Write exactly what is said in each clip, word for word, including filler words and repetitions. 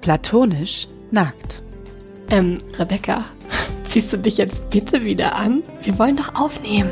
Platonisch nackt. Ähm, Rebecca, ziehst du dich jetzt bitte wieder an? Wir wollen doch aufnehmen.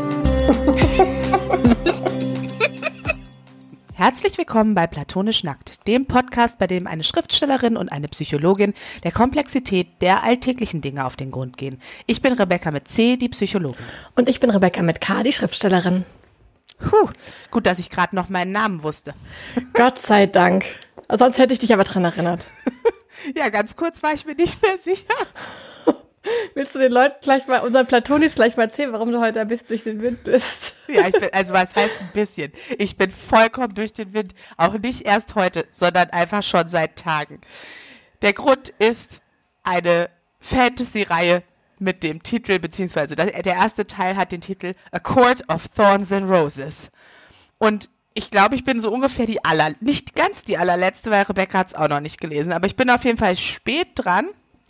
Herzlich willkommen bei Platonisch nackt, dem Podcast, bei dem eine Schriftstellerin und eine Psychologin der Komplexität der alltäglichen Dinge auf den Grund gehen. Ich bin Rebecca mit C, die Psychologin. Und ich bin Rebecca mit K, die Schriftstellerin. Puh, gut, dass ich gerade noch meinen Namen wusste. Gott sei Dank. Sonst hätte ich dich aber dran erinnert. Ja, ganz kurz war ich mir nicht mehr sicher. Willst du den Leuten gleich mal, unseren Platonis gleich mal erzählen, warum du heute ein bisschen durch den Wind bist? Ja, ich bin, also was heißt ein bisschen? Ich bin vollkommen durch den Wind. Auch nicht erst heute, sondern einfach schon seit Tagen. Der Grund ist eine Fantasy-Reihe mit dem Titel, beziehungsweise der erste Teil hat den Titel A Court of Thorns and Roses. Und ich glaube, ich bin so ungefähr die aller, nicht ganz die allerletzte, weil Rebecca hat es auch noch nicht gelesen, aber ich bin auf jeden Fall spät dran.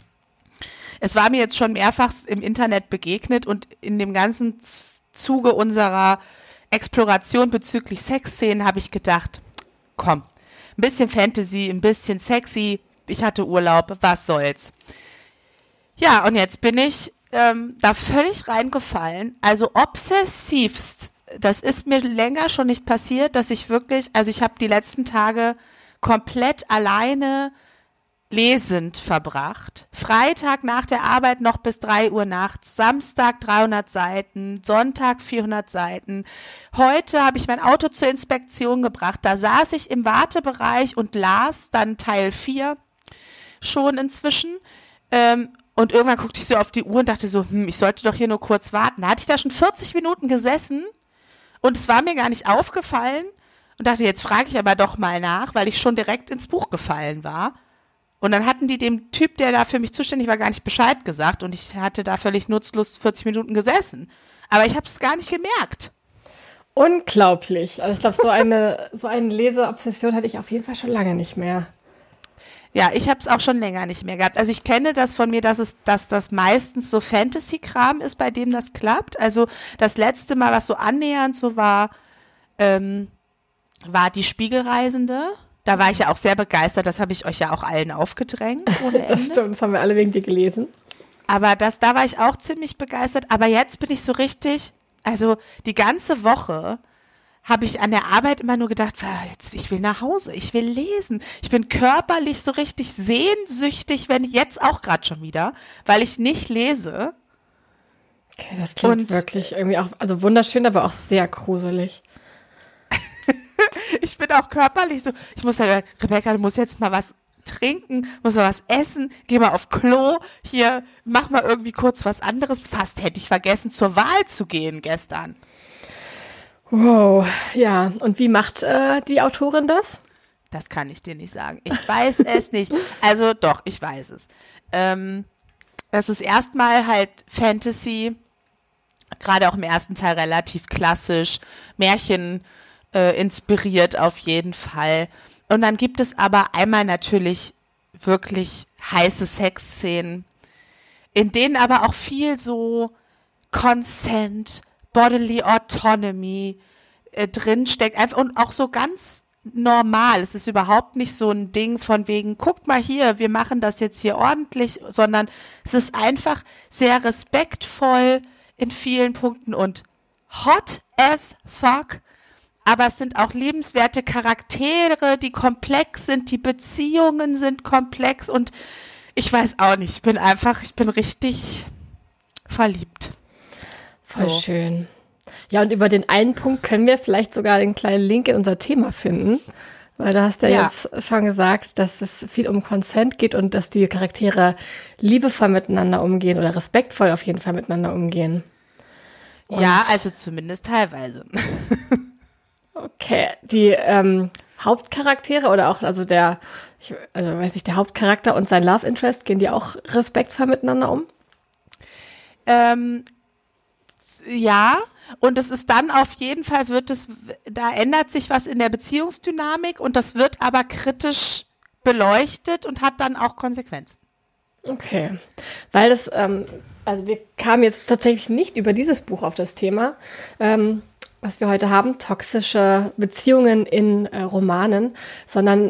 Es war mir jetzt schon mehrfach im Internet begegnet und in dem ganzen Zuge unserer Exploration bezüglich Sexszenen habe ich gedacht, komm, ein bisschen Fantasy, ein bisschen sexy, ich hatte Urlaub, was soll's. Ja, und jetzt bin ich ähm, da völlig reingefallen, also obsessivst. Das ist mir länger schon nicht passiert, dass ich wirklich, also ich habe die letzten Tage komplett alleine lesend verbracht. Freitag nach der Arbeit noch bis drei Uhr nachts, Samstag dreihundert Seiten, Sonntag vierhundert Seiten. Heute habe ich mein Auto zur Inspektion gebracht. Da saß ich im Wartebereich und las dann Teil vier schon inzwischen. Ähm, und irgendwann guckte ich so auf die Uhr und dachte so, hm, ich sollte doch hier nur kurz warten. Da hatte ich da schon vierzig Minuten gesessen und es war mir gar nicht aufgefallen und dachte, jetzt frage ich aber doch mal nach, weil ich schon direkt ins Buch gefallen war. Und dann hatten die dem Typ, der da für mich zuständig war, gar nicht Bescheid gesagt und ich hatte da völlig nutzlos vierzig Minuten gesessen. Aber ich habe es gar nicht gemerkt. Unglaublich. Also ich glaube, so eine, so eine Leseobsession hatte ich auf jeden Fall schon lange nicht mehr. Ja, ich habe es auch schon länger nicht mehr gehabt. Also ich kenne das von mir, dass es, dass das meistens so Fantasy-Kram ist, bei dem das klappt. Also das letzte Mal, was so annähernd so war, ähm, war die Spiegelreisende. Da war ich ja auch sehr begeistert, das habe ich euch ja auch allen aufgedrängt. Ohne Ende. Das stimmt, das haben wir alle wegen dir gelesen. Aber das, da war ich auch ziemlich begeistert. Aber jetzt bin ich so richtig, also die ganze Woche habe ich an der Arbeit immer nur gedacht, jetzt, ich will nach Hause, ich will lesen. Ich bin körperlich so richtig sehnsüchtig, wenn ich jetzt auch gerade schon wieder, weil ich nicht lese. Okay, das klingt Und, wirklich irgendwie auch, also wunderschön, aber auch sehr gruselig. Ich bin auch körperlich so, ich muss ja, Rebecca, du musst jetzt mal was trinken, musst mal was essen, geh mal auf Klo, hier, mach mal irgendwie kurz was anderes. Fast hätte ich vergessen, zur Wahl zu gehen gestern. Wow, ja. Und wie macht äh, die Autorin das? Das kann ich dir nicht sagen. Ich weiß es nicht. Also doch, ich weiß es. Ähm, das ist erstmal halt Fantasy, gerade auch im ersten Teil relativ klassisch, Märchen Äh, inspiriert auf jeden Fall. Und dann gibt es aber einmal natürlich wirklich heiße Sexszenen, in denen aber auch viel so Consent, Bodily Autonomy äh, drinsteckt. Einfach, und auch so ganz normal. Es ist überhaupt nicht so ein Ding von wegen, guckt mal hier, wir machen das jetzt hier ordentlich, sondern es ist einfach sehr respektvoll in vielen Punkten und hot as fuck. Aber es sind auch liebenswerte Charaktere, die komplex sind, die Beziehungen sind komplex und ich weiß auch nicht, ich bin einfach, ich bin richtig verliebt. Voll so. Schön. Ja, und über den einen Punkt können wir vielleicht sogar den kleinen Link in unser Thema finden, weil du hast ja, ja jetzt schon gesagt, dass es viel um Consent geht und dass die Charaktere liebevoll miteinander umgehen oder respektvoll auf jeden Fall miteinander umgehen. Und ja, also zumindest teilweise. Okay, die ähm, Hauptcharaktere oder auch, also der, ich, also weiß ich, der Hauptcharakter und sein Love Interest, gehen die auch respektvoll miteinander um? Ähm, ja, und es ist dann auf jeden Fall, wird es, da ändert sich was in der Beziehungsdynamik und das wird aber kritisch beleuchtet und hat dann auch Konsequenzen. Okay, weil das, ähm, also wir kamen jetzt tatsächlich nicht über dieses Buch auf das Thema, ähm, was wir heute haben, toxische Beziehungen in äh, Romanen, sondern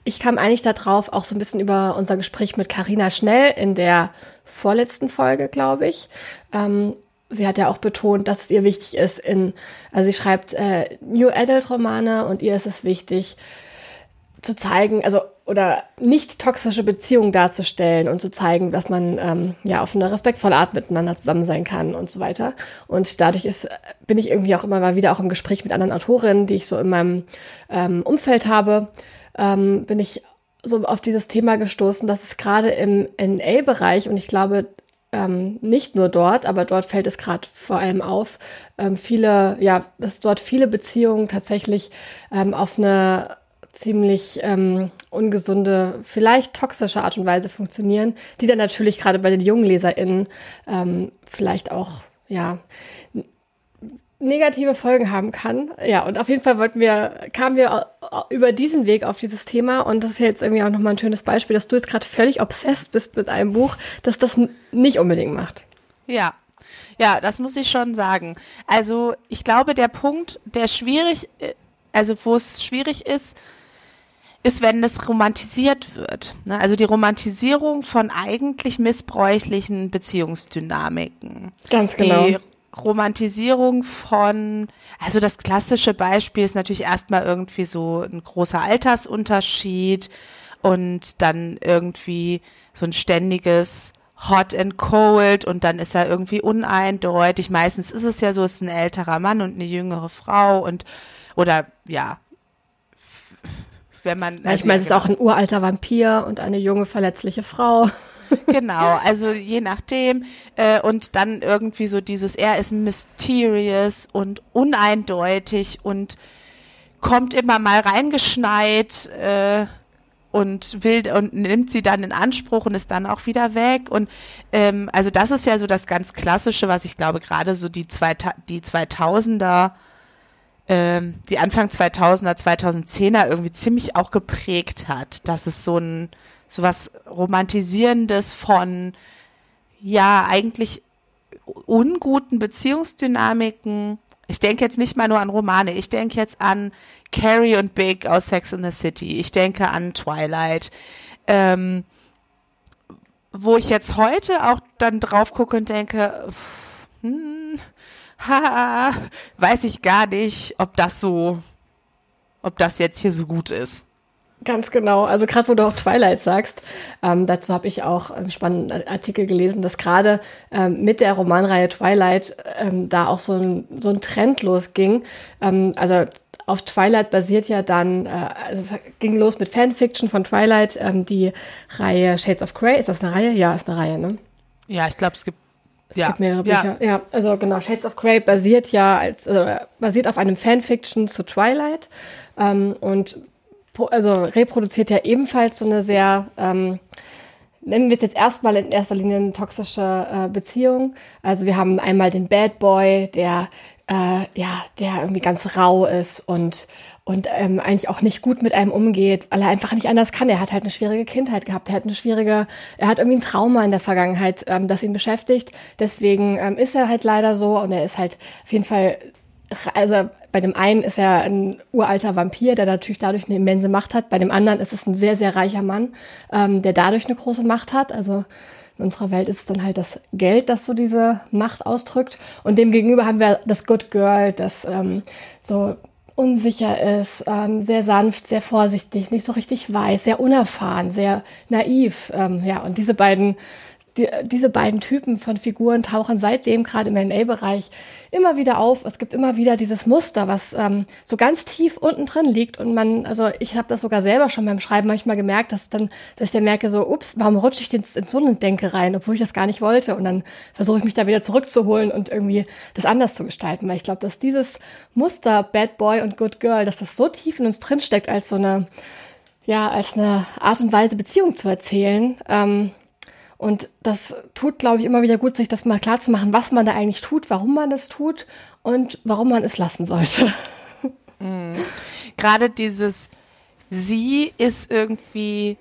ich kam eigentlich darauf, auch so ein bisschen über unser Gespräch mit Carina Schnell in der vorletzten Folge, glaube ich. Ähm, sie hat ja auch betont, dass es ihr wichtig ist, in, also sie schreibt äh, New Adult Romane und ihr ist es wichtig, zu zeigen, also oder nicht toxische Beziehungen darzustellen und zu zeigen, dass man ähm, ja auf eine respektvolle Art miteinander zusammen sein kann und so weiter. Und dadurch ist, bin ich irgendwie auch immer mal wieder auch im Gespräch mit anderen Autorinnen, die ich so in meinem ähm, Umfeld habe, ähm, bin ich so auf dieses Thema gestoßen, dass es gerade im N A-Bereich, und ich glaube ähm, nicht nur dort, aber dort fällt es gerade vor allem auf, ähm, viele, ja, dass dort viele Beziehungen tatsächlich ähm, auf eine ziemlich ähm, ungesunde, vielleicht toxische Art und Weise funktionieren, die dann natürlich gerade bei den jungen LeserInnen ähm, vielleicht auch, ja, n- negative Folgen haben kann. Ja, und auf jeden Fall wollten wir, kamen wir au- über diesen Weg auf dieses Thema, und das ist ja jetzt irgendwie auch nochmal ein schönes Beispiel, dass du jetzt gerade völlig obsessed bist mit einem Buch, das das n- nicht unbedingt macht. Ja. Ja, das muss ich schon sagen. Also ich glaube, der Punkt, der schwierig, äh, also wo es schwierig ist, ist, wenn es romantisiert wird. Ne? Also die Romantisierung von eigentlich missbräuchlichen Beziehungsdynamiken. Ganz genau. Die Romantisierung von, also das klassische Beispiel ist natürlich erstmal irgendwie so ein großer Altersunterschied und dann irgendwie so ein ständiges Hot and Cold, und dann ist er irgendwie uneindeutig. Meistens ist es ja so, es ist ein älterer Mann und eine jüngere Frau und, oder ja, wenn man. Also, Manchmal ja, ist es genau. auch ein uralter Vampir und eine junge, verletzliche Frau. Genau, also je nachdem. Äh, und dann irgendwie so dieses, er ist mysterious und uneindeutig und kommt immer mal reingeschneit äh, und will und nimmt sie dann in Anspruch und ist dann auch wieder weg. Und ähm, also das ist ja so das ganz Klassische, was ich glaube, gerade so die, zwei, die zweitausender, ähm, die Anfang zweitausender, zweitausendzehner irgendwie ziemlich auch geprägt hat, dass es so ein so was Romantisierendes von, ja, eigentlich unguten Beziehungsdynamiken. Ich denke jetzt nicht mal nur an Romane, ich denke jetzt an Carrie und Big aus Sex and the City, ich denke an Twilight, ähm, wo ich jetzt heute auch dann drauf gucke und denke, hm, haha, weiß ich gar nicht, ob das so, ob das jetzt hier so gut ist. Ganz genau. Also gerade wo du auch Twilight sagst, ähm, dazu habe ich auch einen spannenden Artikel gelesen, dass gerade ähm, mit der Romanreihe Twilight ähm, da auch so ein, so ein Trend losging. Ähm, also auf Twilight basiert ja dann, äh, also es ging los mit Fanfiction von Twilight, ähm, die Reihe Shades of Grey. Ist das eine Reihe? Ja, ist eine Reihe, ne? Ja, ich glaube, es gibt Es ja, gibt mehrere ja. Bücher. Ja, also genau, Shades of Grey basiert ja als, also basiert auf einem Fanfiction zu Twilight ähm, und also reproduziert ja ebenfalls so eine sehr, ähm, nennen wir es jetzt erstmal in erster Linie eine toxische äh, Beziehung. Also wir haben einmal den Bad Boy, der äh, ja, der irgendwie ganz rau ist und und ähm, eigentlich auch nicht gut mit einem umgeht, weil er einfach nicht anders kann. Er hat halt eine schwierige Kindheit gehabt, er hat eine schwierige, er hat irgendwie ein Trauma in der Vergangenheit, ähm, das ihn beschäftigt. Deswegen ähm, ist er halt leider so, und er ist halt auf jeden Fall, also bei dem einen ist er ein uralter Vampir, der natürlich dadurch eine immense Macht hat. Bei dem anderen ist es ein sehr, sehr reicher Mann, ähm, der dadurch eine große Macht hat. Also in unserer Welt ist es dann halt das Geld, das so diese Macht ausdrückt. Und demgegenüber haben wir das Good Girl, das ähm, so unsicher ist, ähm, sehr sanft, sehr vorsichtig, nicht so richtig weiß, sehr unerfahren, sehr naiv. Ähm, ja, und diese beiden Die, diese beiden Typen von Figuren tauchen seitdem gerade im N A-Bereich immer wieder auf. Es gibt immer wieder dieses Muster, was ähm, so ganz tief unten drin liegt. Und man, also ich habe das sogar selber schon beim Schreiben manchmal gemerkt, dass dann, dass ich dann merke, so, ups, warum rutsche ich jetzt in so eine Denke rein, obwohl ich das gar nicht wollte. Und dann versuche ich mich da wieder zurückzuholen und irgendwie das anders zu gestalten. Weil ich glaube, dass dieses Muster Bad Boy und Good Girl, dass das so tief in uns drinsteckt, als so eine, ja, als eine Art und Weise, Beziehung zu erzählen. Ähm, Und das tut, glaube ich, immer wieder gut, sich das mal klar zu machen, was man da eigentlich tut, warum man das tut und warum man es lassen sollte. Mhm. Gerade dieses, sie ist irgendwie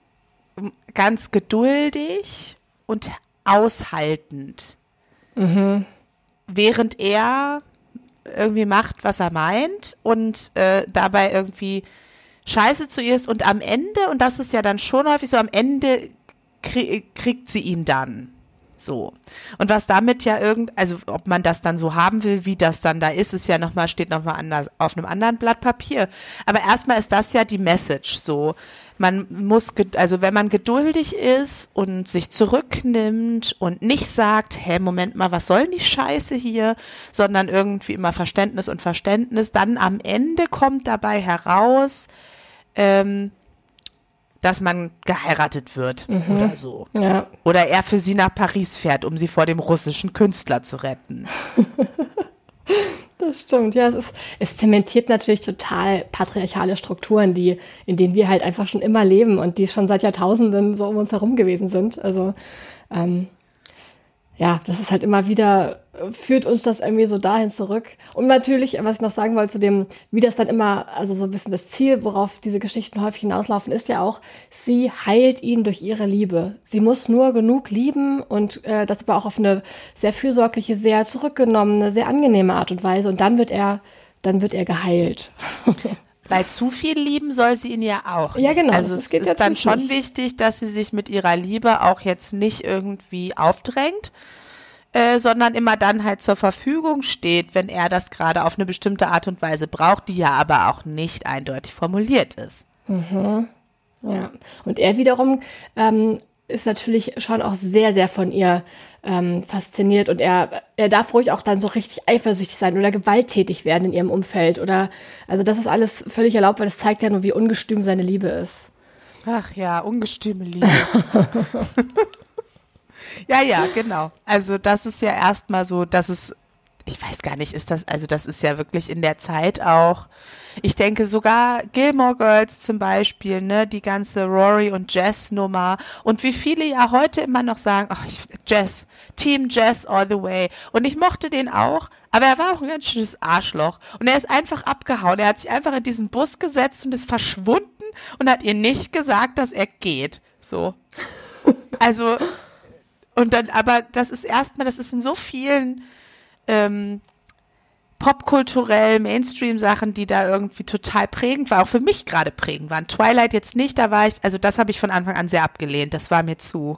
ganz geduldig und aushaltend, Mhm. während er irgendwie macht, was er meint, und äh, dabei irgendwie scheiße zu ihr ist und am Ende, und das ist ja dann schon häufig so, am Ende krie- kriegt sie ihn dann. So. Und was damit ja irgend, also ob man das dann so haben will, wie das dann da ist, ist ja nochmal, steht nochmal anders auf einem anderen Blatt Papier. Aber erstmal ist das ja die Message so. Man muss, also wenn man geduldig ist und sich zurücknimmt und nicht sagt, hä, Moment mal, was soll denn die Scheiße hier, sondern irgendwie immer Verständnis und Verständnis, dann am Ende kommt dabei heraus, ähm, dass man geheiratet wird mhm. oder so. Ja. Oder er für sie nach Paris fährt, um sie vor dem russischen Künstler zu retten. Das stimmt, ja, es, ist, es zementiert natürlich total patriarchale Strukturen, die, in denen wir halt einfach schon immer leben und die schon seit Jahrtausenden so um uns herum gewesen sind. Also ähm, ja, das ist halt immer wieder, führt uns das irgendwie so dahin zurück. Und natürlich, was ich noch sagen wollte zu dem, wie das dann immer, also so ein bisschen das Ziel, worauf diese Geschichten häufig hinauslaufen, ist ja auch, sie heilt ihn durch ihre Liebe. Sie muss nur genug lieben und äh, das aber auch auf eine sehr fürsorgliche, sehr zurückgenommene, sehr angenehme Art und Weise. Und dann wird er, dann wird er geheilt. Weil zu viel lieben soll sie ihn ja auch nicht. Ja, genau. Also es ist dann schon nicht. wichtig, dass sie sich mit ihrer Liebe auch jetzt nicht irgendwie aufdrängt, äh, sondern immer dann halt zur Verfügung steht, wenn er das gerade auf eine bestimmte Art und Weise braucht, die ja aber auch nicht eindeutig formuliert ist. Mhm. Ja, und er wiederum ähm, ist natürlich schon auch sehr, sehr von ihr ähm, fasziniert und er, er darf ruhig auch dann so richtig eifersüchtig sein oder gewalttätig werden in ihrem Umfeld oder, also das ist alles völlig erlaubt, weil das zeigt ja nur, wie ungestüm seine Liebe ist. Ach ja, ungestüme Liebe. Ja, ja, genau. Also das ist ja erstmal so, dass es, ich weiß gar nicht, ist das, also das ist ja wirklich in der Zeit auch, ich denke sogar Gilmore Girls zum Beispiel, ne, die ganze Rory und Jess Nummer und wie viele ja heute immer noch sagen, ach, ich, Jess, Team Jess all the way und ich mochte den auch, aber er war auch ein ganz schönes Arschloch und er ist einfach abgehauen, er hat sich einfach in diesen Bus gesetzt und ist verschwunden und hat ihr nicht gesagt, dass er geht, so. Also, und dann, aber das ist erstmal, das ist in so vielen ähm, popkulturell Mainstream-Sachen, die da irgendwie total prägend waren, auch für mich gerade prägend waren. Twilight jetzt nicht, da war ich, also das habe ich von Anfang an sehr abgelehnt, das war mir zu.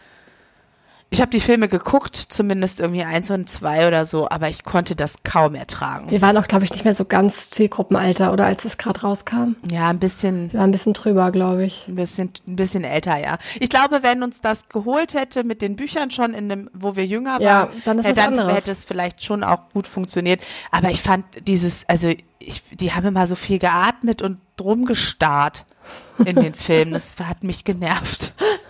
Ich habe die Filme geguckt, zumindest irgendwie eins und zwei oder so, aber ich konnte das kaum ertragen. Wir waren auch, glaube ich, nicht mehr so ganz Zielgruppenalter, oder als es gerade rauskam. Ja, ein bisschen. Wir waren ein bisschen drüber, glaube ich. Ein bisschen, ein bisschen älter, ja. Ich glaube, wenn uns das geholt hätte mit den Büchern schon in dem, wo wir jünger ja, waren, dann, ist äh, dann anderes. hätte es vielleicht schon auch gut funktioniert. Aber ich fand dieses, also ich, die haben immer so viel geatmet und drum gestarrt in den Filmen. Das hat mich genervt.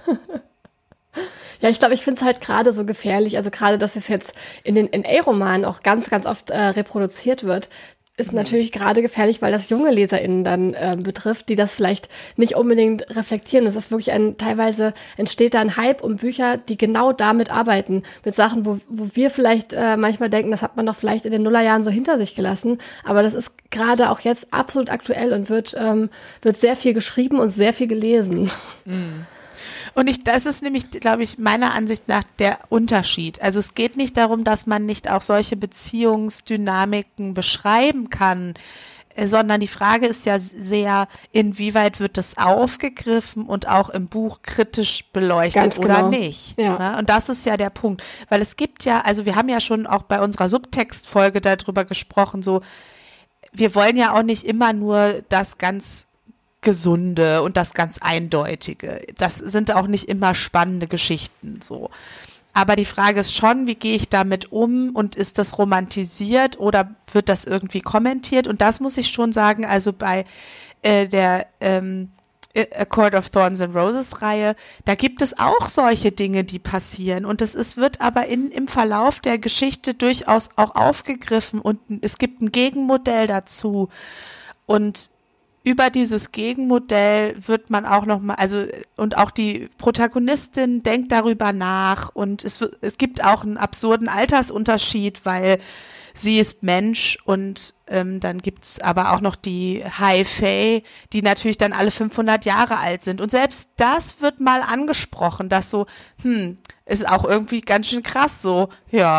Ja, ich glaube, ich finde es halt gerade so gefährlich, also gerade, dass es jetzt in den N A-Romanen auch ganz, ganz oft äh, reproduziert wird, ist mhm. natürlich gerade gefährlich, weil das junge LeserInnen dann äh, betrifft, die das vielleicht nicht unbedingt reflektieren. Es ist wirklich ein, teilweise entsteht da ein Hype um Bücher, die genau damit arbeiten, mit Sachen, wo, wo wir vielleicht äh, manchmal denken, das hat man doch vielleicht in den Nullerjahren so hinter sich gelassen, aber das ist gerade auch jetzt absolut aktuell und wird, ähm, wird sehr viel geschrieben und sehr viel gelesen. Mhm. Und ich, das ist nämlich, glaube ich, meiner Ansicht nach der Unterschied. Also es geht nicht darum, dass man nicht auch solche Beziehungsdynamiken beschreiben kann, äh, sondern die Frage ist ja sehr, inwieweit wird das aufgegriffen und auch im Buch kritisch beleuchtet Ganz oder genau. nicht. Ja. Ne? Und das ist ja der Punkt. Weil es gibt ja, also wir haben ja schon auch bei unserer Subtextfolge darüber gesprochen, so, wir wollen ja auch nicht immer nur das ganz Gesunde und das ganz Eindeutige. Das sind auch nicht immer spannende Geschichten so. Aber die Frage ist schon, wie gehe ich damit um und ist das romantisiert oder wird das irgendwie kommentiert? Und das muss ich schon sagen, also bei äh, der ähm, A Court of Thorns and Roses Reihe, da gibt es auch solche Dinge, die passieren und es ist, wird aber in, im Verlauf der Geschichte durchaus auch aufgegriffen und es gibt ein Gegenmodell dazu und über dieses Gegenmodell wird man auch noch mal, also und auch die Protagonistin denkt darüber nach und es, es gibt auch einen absurden Altersunterschied, weil sie ist Mensch und ähm, dann gibt's aber auch noch die High Fae, die natürlich dann alle fünfhundert Jahre alt sind und selbst das wird mal angesprochen, dass so, hm, ist auch irgendwie ganz schön krass so, ja,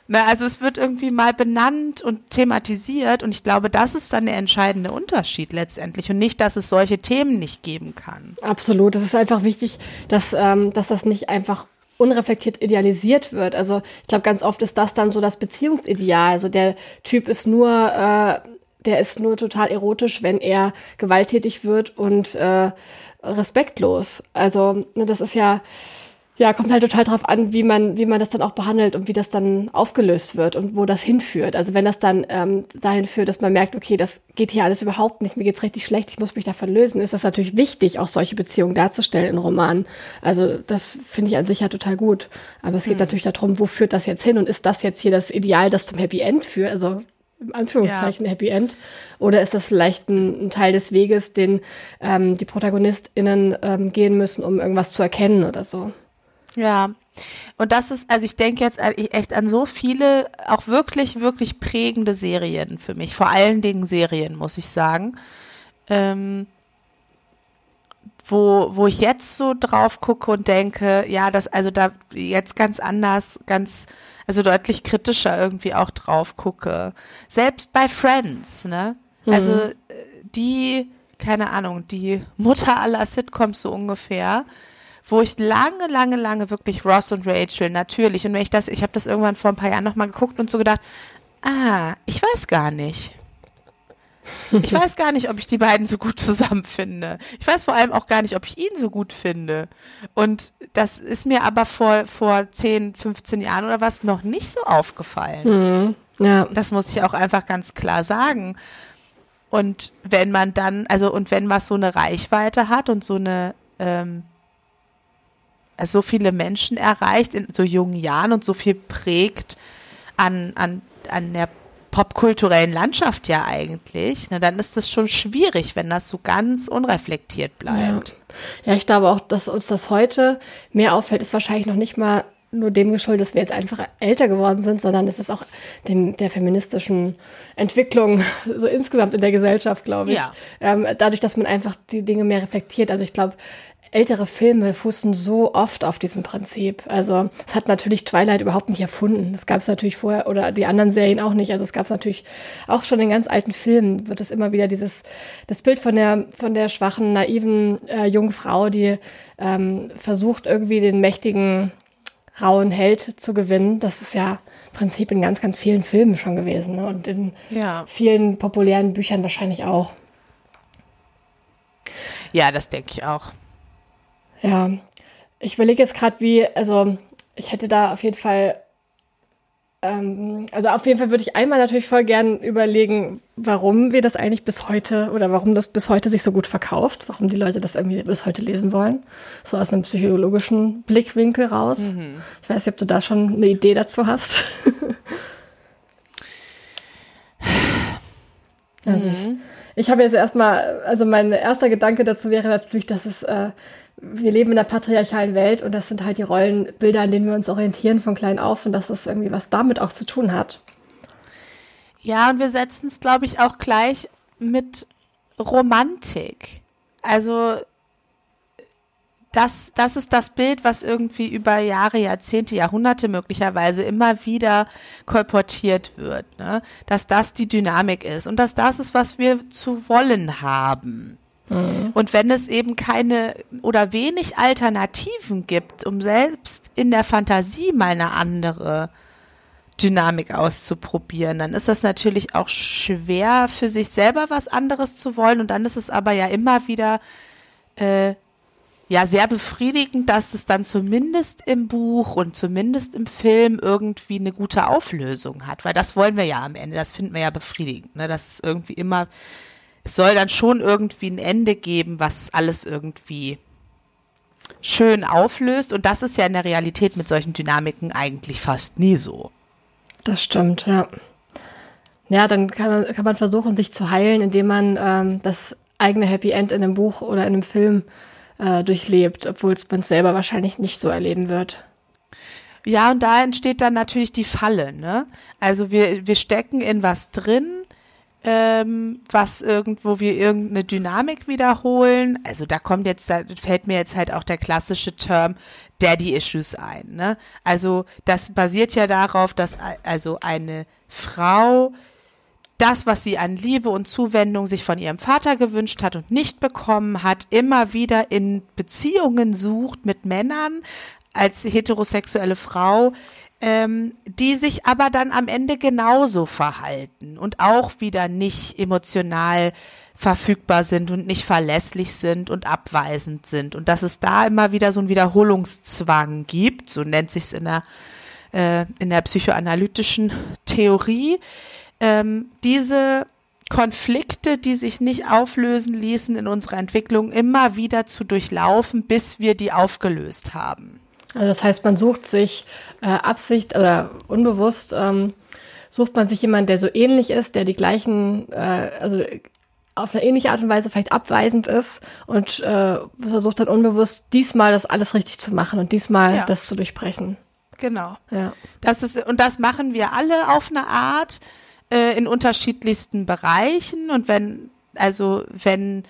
Na, also es wird irgendwie mal benannt und thematisiert und ich glaube, das ist dann der entscheidende Unterschied letztendlich und nicht, dass es solche Themen nicht geben kann. Absolut, es ist einfach wichtig, dass, ähm, dass das nicht einfach unreflektiert idealisiert wird. Also ich glaube, ganz oft ist das dann so das Beziehungsideal. Also der Typ ist nur, äh, der ist nur total erotisch, wenn er gewalttätig wird und äh, respektlos. Also ne, das ist ja Ja, kommt halt total drauf an, wie man, wie man das dann auch behandelt und wie das dann aufgelöst wird und wo das hinführt. Also wenn das dann ähm, dahin führt, dass man merkt, okay, das geht hier alles überhaupt nicht, mir geht's richtig schlecht, ich muss mich davon lösen, ist das natürlich wichtig, auch solche Beziehungen darzustellen in Romanen. Also das finde ich an sich ja total gut. Aber es geht mhm. natürlich darum, wo führt das jetzt hin und ist das jetzt hier das Ideal, das zum Happy End führt? Also im Anführungszeichen ja. Happy End. Oder ist das vielleicht ein, ein Teil des Weges, den ähm, die ProtagonistInnen ähm, gehen müssen, um irgendwas zu erkennen oder so? Ja, und das ist, also ich denke jetzt echt an so viele, auch wirklich, wirklich prägende Serien für mich, vor allen Dingen Serien, muss ich sagen, ähm, wo, wo ich jetzt so drauf gucke und denke, ja, das, also da jetzt ganz anders, ganz, also deutlich kritischer irgendwie auch drauf gucke. Selbst bei Friends, ne? Mhm. Also die, keine Ahnung, die Mutter aller Sitcoms so ungefähr, wo ich lange, lange, lange wirklich Ross und Rachel, natürlich. Und wenn ich das, ich habe das irgendwann vor ein paar Jahren nochmal geguckt und so gedacht, ah, ich weiß gar nicht. Ich weiß gar nicht, ob ich die beiden so gut zusammen finde. Ich weiß vor allem auch gar nicht, ob ich ihn so gut finde. Und das ist mir aber vor, vor zehn, fünfzehn Jahren oder was noch nicht so aufgefallen. Mhm. Ja. Das muss ich auch einfach ganz klar sagen. Und wenn man dann, also und wenn was so eine Reichweite hat und so eine, ähm, so viele Menschen erreicht in so jungen Jahren und so viel prägt an, an, an der popkulturellen Landschaft ja eigentlich, na, dann ist das schon schwierig, wenn das so ganz unreflektiert bleibt. Ja. ja, ich glaube auch, dass uns das heute mehr auffällt, ist wahrscheinlich noch nicht mal nur dem geschuldet, dass wir jetzt einfach älter geworden sind, sondern es ist auch dem, der feministischen Entwicklung so insgesamt in der Gesellschaft, glaube ich. Ja. Ähm, dadurch, dass man einfach die Dinge mehr reflektiert. Also ich glaube, ältere Filme fußen so oft auf diesem Prinzip. Also es hat natürlich Twilight überhaupt nicht erfunden. Das gab es natürlich vorher oder die anderen Serien auch nicht. Also es gab es natürlich auch schon in ganz alten Filmen, wird es immer wieder dieses, das Bild von der, von der schwachen, naiven äh, jungen Frau, die ähm, versucht irgendwie den mächtigen, rauen Held zu gewinnen. Das ist ja im Prinzip in ganz, ganz vielen Filmen schon gewesen, ne? Und in ja. vielen populären Büchern wahrscheinlich auch. Ja, das denke ich auch. Ja, ich überlege jetzt gerade, wie, also ich hätte da auf jeden Fall, ähm, also auf jeden Fall würde ich einmal natürlich voll gern überlegen, warum wir das eigentlich bis heute oder warum das bis heute sich so gut verkauft, warum die Leute das irgendwie bis heute lesen wollen, so aus einem psychologischen Blickwinkel raus. Mhm. Ich weiß nicht, ob du da schon eine Idee dazu hast. also mhm. ich, ich habe jetzt erstmal, also mein erster Gedanke dazu wäre natürlich, dass es äh, wir leben in einer patriarchalen Welt und das sind halt die Rollenbilder, an denen wir uns orientieren von klein auf und dass das irgendwie was damit auch zu tun hat. Ja, und wir setzen es, glaube ich, auch gleich mit Romantik. Also das, das ist das Bild, was irgendwie über Jahre, Jahrzehnte, Jahrhunderte möglicherweise immer wieder kolportiert wird, ne? Dass das die Dynamik ist und dass das ist, was wir zu wollen haben. Und wenn es eben keine oder wenig Alternativen gibt, um selbst in der Fantasie mal eine andere Dynamik auszuprobieren, dann ist das natürlich auch schwer für sich selber was anderes zu wollen und dann ist es aber ja immer wieder äh, ja sehr befriedigend, dass es dann zumindest im Buch und zumindest im Film irgendwie eine gute Auflösung hat, weil das wollen wir ja am Ende, das finden wir ja befriedigend, ne? Dass es irgendwie immer es soll dann schon irgendwie ein Ende geben, was alles irgendwie schön auflöst. Und das ist ja in der Realität mit solchen Dynamiken eigentlich fast nie so. Das stimmt, ja. Ja, dann kann man, kann man versuchen, sich zu heilen, indem man ähm, das eigene Happy End in einem Buch oder in einem Film äh, durchlebt, obwohl es man selber wahrscheinlich nicht so erleben wird. Ja, und da entsteht dann natürlich die Falle, ne? Also wir, wir stecken in was drin, ähm, was irgendwo wir irgendeine Dynamik wiederholen. Also da kommt jetzt, da fällt mir jetzt halt auch der klassische Term Daddy Issues ein. Ne? Also das basiert ja darauf, dass also eine Frau das, was sie an Liebe und Zuwendung sich von ihrem Vater gewünscht hat und nicht bekommen hat, immer wieder in Beziehungen sucht mit Männern als heterosexuelle Frau, ähm, die sich aber dann am Ende genauso verhalten und auch wieder nicht emotional verfügbar sind und nicht verlässlich sind und abweisend sind. Und dass es da immer wieder so einen Wiederholungszwang gibt, so nennt sich es in der, äh, in der psychoanalytischen Theorie, ähm, diese Konflikte, die sich nicht auflösen ließen in unserer Entwicklung, immer wieder zu durchlaufen, bis wir die aufgelöst haben. Also das heißt, man sucht sich äh, Absicht oder unbewusst, ähm, sucht man sich jemanden, der so ähnlich ist, der die gleichen, äh, also auf eine ähnliche Art und Weise vielleicht abweisend ist und äh, versucht dann unbewusst diesmal das alles richtig zu machen und diesmal ja. das zu durchbrechen. Genau. Ja. Das ist, und das machen wir alle auf eine Art, äh, in unterschiedlichsten Bereichen. Und wenn, also wenn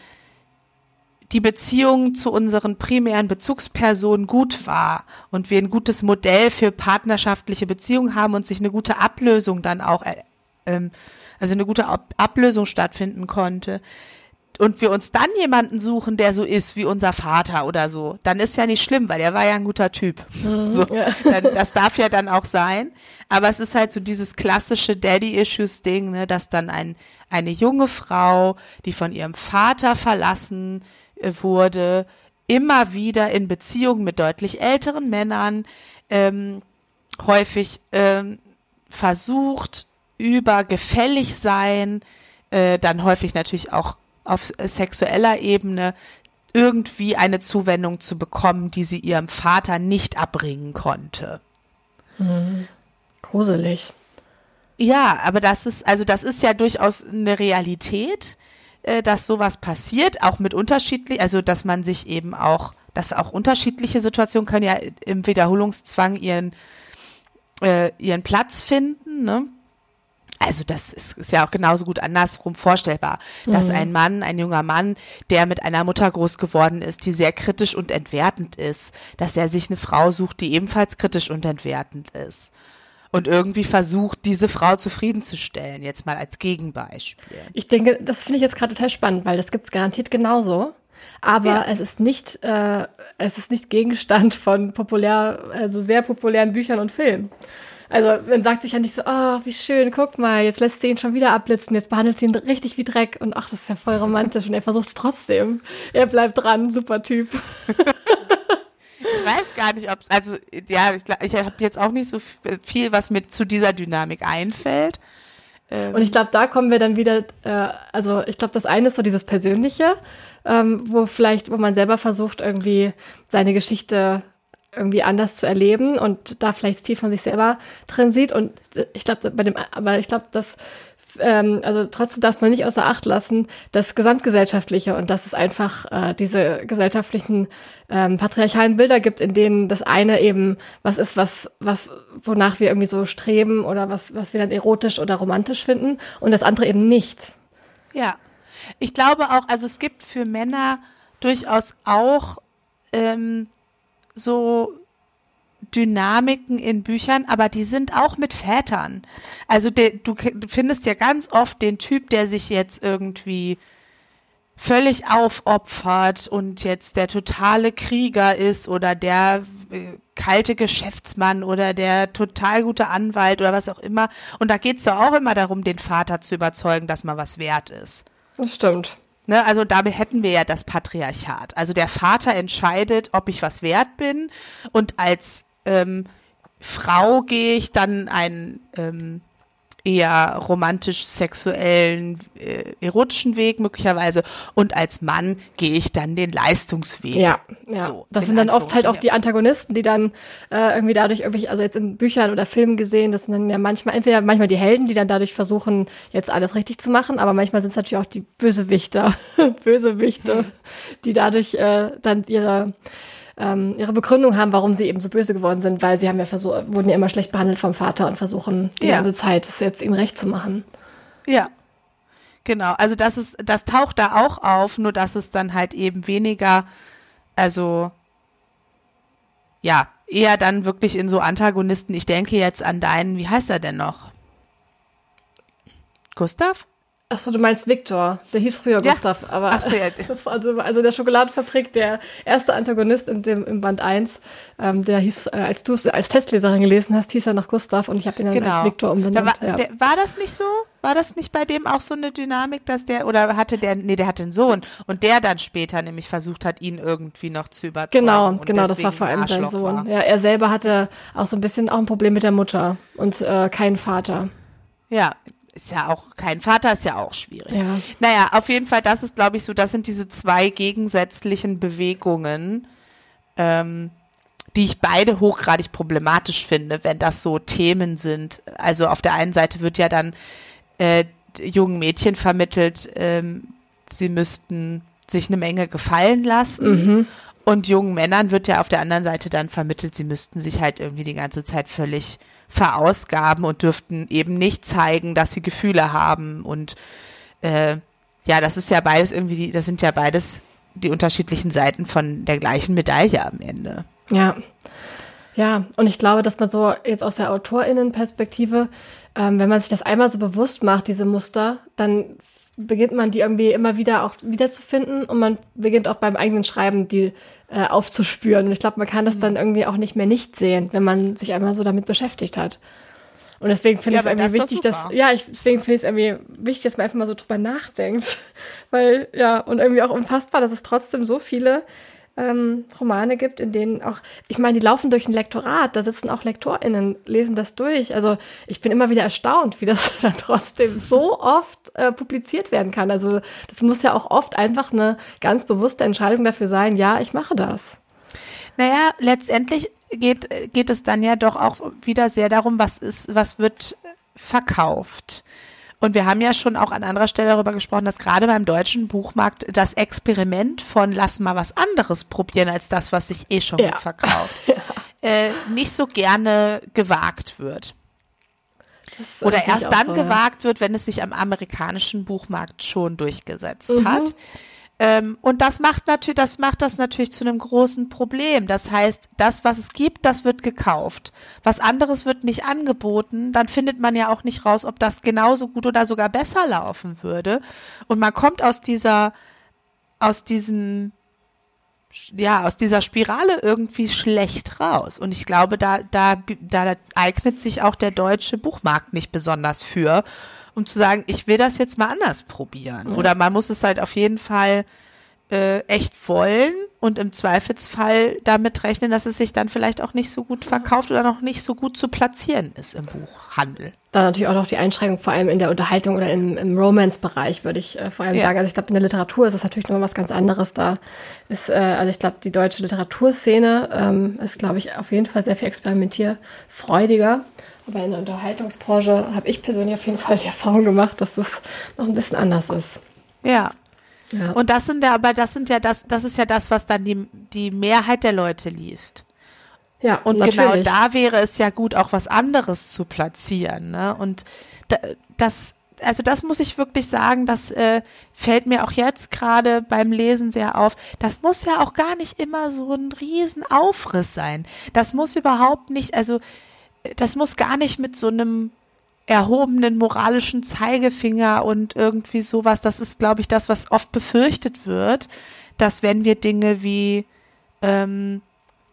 die Beziehung zu unseren primären Bezugspersonen gut war und wir ein gutes Modell für partnerschaftliche Beziehungen haben und sich eine gute Ablösung dann auch, äh, ähm, also eine gute Ab- Ablösung stattfinden konnte und wir uns dann jemanden suchen, der so ist wie unser Vater oder so, dann ist ja nicht schlimm, weil der war ja ein guter Typ. Mhm, so, ja. dann, das darf ja dann auch sein. Aber es ist halt so dieses klassische Daddy-Issues-Ding, ne, dass dann ein, eine junge Frau, die von ihrem Vater verlassen wurde, immer wieder in Beziehungen mit deutlich älteren Männern ähm, häufig ähm, versucht, über gefällig sein, äh, dann häufig natürlich auch auf sexueller Ebene irgendwie eine Zuwendung zu bekommen, die sie ihrem Vater nicht abbringen konnte. Hm. Gruselig. Ja, aber das ist, also das ist ja durchaus eine Realität, dass sowas passiert, auch mit unterschiedlich, also dass man sich eben auch, dass auch unterschiedliche Situationen können ja im Wiederholungszwang ihren, äh, ihren Platz finden, ne? Also das ist, ist ja auch genauso gut andersrum vorstellbar, mhm. dass ein Mann, ein junger Mann, der mit einer Mutter groß geworden ist, die sehr kritisch und entwertend ist, dass er sich eine Frau sucht, die ebenfalls kritisch und entwertend ist. Und irgendwie versucht, diese Frau zufriedenzustellen, jetzt mal als Gegenbeispiel. Ich denke, das finde ich jetzt gerade total spannend, weil das gibt es garantiert genauso. Aber ja. es ist nicht, äh, es ist nicht Gegenstand von populär, also sehr populären Büchern und Filmen. Also man sagt sich ja nicht so, oh, wie schön, guck mal, jetzt lässt sie ihn schon wieder abblitzen, jetzt behandelt sie ihn richtig wie Dreck und ach, das ist ja voll romantisch und er versucht es trotzdem. Er bleibt dran, super Typ. Ich weiß gar nicht, ob es, also ja, ich, ich habe jetzt auch nicht so viel, was mir zu dieser Dynamik einfällt. Ähm. Und ich glaube, da kommen wir dann wieder, äh, also ich glaube, das eine ist so dieses Persönliche, ähm, wo vielleicht, wo man selber versucht, irgendwie seine Geschichte irgendwie anders zu erleben und da vielleicht viel von sich selber drin sieht. Und ich glaube, bei dem, aber ich glaube, dass ähm, also trotzdem darf man nicht außer Acht lassen, das Gesamtgesellschaftliche und dass es einfach äh, diese gesellschaftlichen ähm, patriarchalen Bilder gibt, in denen das eine eben was ist, was, was, wonach wir irgendwie so streben oder was, was wir dann erotisch oder romantisch finden und das andere eben nicht. Ja, ich glaube auch, also es gibt für Männer durchaus auch ähm, so Dynamiken in Büchern, aber die sind auch mit Vätern. Also de, du findest ja ganz oft den Typ, der sich jetzt irgendwie völlig aufopfert und jetzt der totale Krieger ist oder der äh, kalte Geschäftsmann oder der total gute Anwalt oder was auch immer. Und da geht es ja auch immer darum, den Vater zu überzeugen, dass man was wert ist. Das stimmt. Ne, also damit hätten wir ja das Patriarchat. Also der Vater entscheidet, ob ich was wert bin und als ähm, Frau gehe ich dann einen ähm, eher romantisch-sexuellen, äh, erotischen Weg möglicherweise und als Mann gehe ich dann den Leistungsweg. Ja, ja. So, das sind dann oft halt auch die Antagonisten, die dann äh, irgendwie dadurch irgendwie, also jetzt in Büchern oder Filmen gesehen, das sind dann ja manchmal, entweder manchmal die Helden, die dann dadurch versuchen, jetzt alles richtig zu machen, aber manchmal sind es natürlich auch die Bösewichter, Bösewichte, die dadurch äh, dann ihre ähm, ihre Begründung haben, warum sie eben so böse geworden sind, weil sie haben ja versucht, wurden ja immer schlecht behandelt vom Vater und versuchen die ja. ganze Zeit, es jetzt ihm recht zu machen. Ja. Genau, also das ist, das taucht da auch auf, nur dass es dann halt eben weniger, also ja, eher dann wirklich in so Antagonisten. Ich denke jetzt an deinen, wie heißt er denn noch? Gustav? Achso, du meinst Viktor. Der hieß früher Ja. Gustav, aber Ach so, ja. also, also der Schokoladenfabrik, der erste Antagonist in dem, im Band eins, ähm, der hieß, äh, als du es als Testleserin gelesen hast, hieß er noch Gustav und ich habe ihn dann Genau. als Viktor Da umbenannt. war, ja. der, war das nicht so? War das nicht bei dem auch so eine Dynamik, dass der, oder hatte der, nee, der hatte einen Sohn und der dann später nämlich versucht hat, ihn irgendwie noch zu überzeugen. Genau, und genau, das war deswegen vor allem ein sein Arschloch Sohn. war. Ja, er selber hatte auch so ein bisschen auch ein Problem mit der Mutter und äh, keinen Vater. Ja, ist ja auch, kein Vater ist ja auch schwierig. Ja. Naja, auf jeden Fall, das ist, glaube ich, so, das sind diese zwei gegensätzlichen Bewegungen, ähm, die ich beide hochgradig problematisch finde, wenn das so Themen sind. Also auf der einen Seite wird ja dann äh, jungen Mädchen vermittelt, ähm, sie müssten sich eine Menge gefallen lassen. Mhm. Und jungen Männern wird ja auf der anderen Seite dann vermittelt, sie müssten sich halt irgendwie die ganze Zeit völlig verausgaben und dürften eben nicht zeigen, dass sie Gefühle haben. Und äh, ja, das ist ja beides irgendwie, die, das sind ja beides die unterschiedlichen Seiten von der gleichen Medaille am Ende. Ja, ja, und ich glaube, dass man so jetzt aus der AutorInnenperspektive, ähm, wenn man sich das einmal so bewusst macht, diese Muster, dann beginnt man die irgendwie immer wieder auch wiederzufinden und man beginnt auch beim eigenen Schreiben die äh, aufzuspüren. Und ich glaube, man kann das dann irgendwie auch nicht mehr nicht sehen, wenn man sich einmal so damit beschäftigt hat. Und deswegen finde Ja, ich es aber irgendwie das ist wichtig, doch dass, super. ja, ich, deswegen finde ich es irgendwie wichtig, dass man einfach mal so drüber nachdenkt. Weil, ja, und irgendwie auch unfassbar, dass es trotzdem so viele ähm, Romane gibt, in denen auch, ich meine, die laufen durch ein Lektorat, da sitzen auch LektorInnen, lesen das durch. Also ich bin immer wieder erstaunt, wie das dann trotzdem so oft äh, publiziert werden kann. Also das muss ja auch oft einfach eine ganz bewusste Entscheidung dafür sein, ja, ich mache das. Naja, letztendlich geht, geht es dann ja doch auch wieder sehr darum, was ist, was wird verkauft. Und wir haben ja schon auch an anderer Stelle darüber gesprochen, dass gerade beim deutschen Buchmarkt das Experiment von lass mal was anderes probieren als das, was sich eh schon Ja. gut verkauft, äh, nicht so gerne gewagt wird. Das, äh, Oder sehe ich erst auch dann so, ja. gewagt wird, wenn es sich am amerikanischen Buchmarkt schon durchgesetzt Mhm. hat. Ähm, und das macht natürlich, das macht das natürlich zu einem großen Problem. Das heißt, das, was es gibt, das wird gekauft. Was anderes wird nicht angeboten. Dann findet man ja auch nicht raus, ob das genauso gut oder sogar besser laufen würde. Und man kommt aus dieser, aus diesem, ja, aus dieser Spirale irgendwie schlecht raus. Und ich glaube, da, da, da eignet sich auch der deutsche Buchmarkt nicht besonders für, um zu sagen, ich will das jetzt mal anders probieren. Ja. Oder man muss es halt auf jeden Fall äh, echt wollen und im Zweifelsfall damit rechnen, dass es sich dann vielleicht auch nicht so gut verkauft oder noch nicht so gut zu platzieren ist im Buchhandel. Dann natürlich auch noch die Einschränkung, vor allem in der Unterhaltung oder im, im Romance-Bereich, würde ich äh, vor allem Ja. sagen. Also ich glaube, in der Literatur ist es natürlich nochmal was ganz anderes. Da ist, äh, also ich glaube, die deutsche Literaturszene ähm, ist, glaube ich, auf jeden Fall sehr viel experimentierfreudiger. Aber in der Unterhaltungsbranche habe ich persönlich auf jeden Fall die Erfahrung gemacht, dass das noch ein bisschen anders ist. Ja. Ja. Und das sind ja, aber das sind ja das, das ist ja das, was dann die, die Mehrheit der Leute liest. Ja, Und natürlich. genau da wäre es ja gut, auch was anderes zu platzieren. Ne? Und da, das, also das muss ich wirklich sagen, das äh, fällt mir auch jetzt gerade beim Lesen sehr auf. Das muss ja auch gar nicht immer so ein Riesenaufriss sein. Das muss überhaupt nicht, also das muss gar nicht mit so einem erhobenen moralischen Zeigefinger und irgendwie sowas, das ist, glaube ich, das, was oft befürchtet wird, dass wenn wir Dinge wie ähm,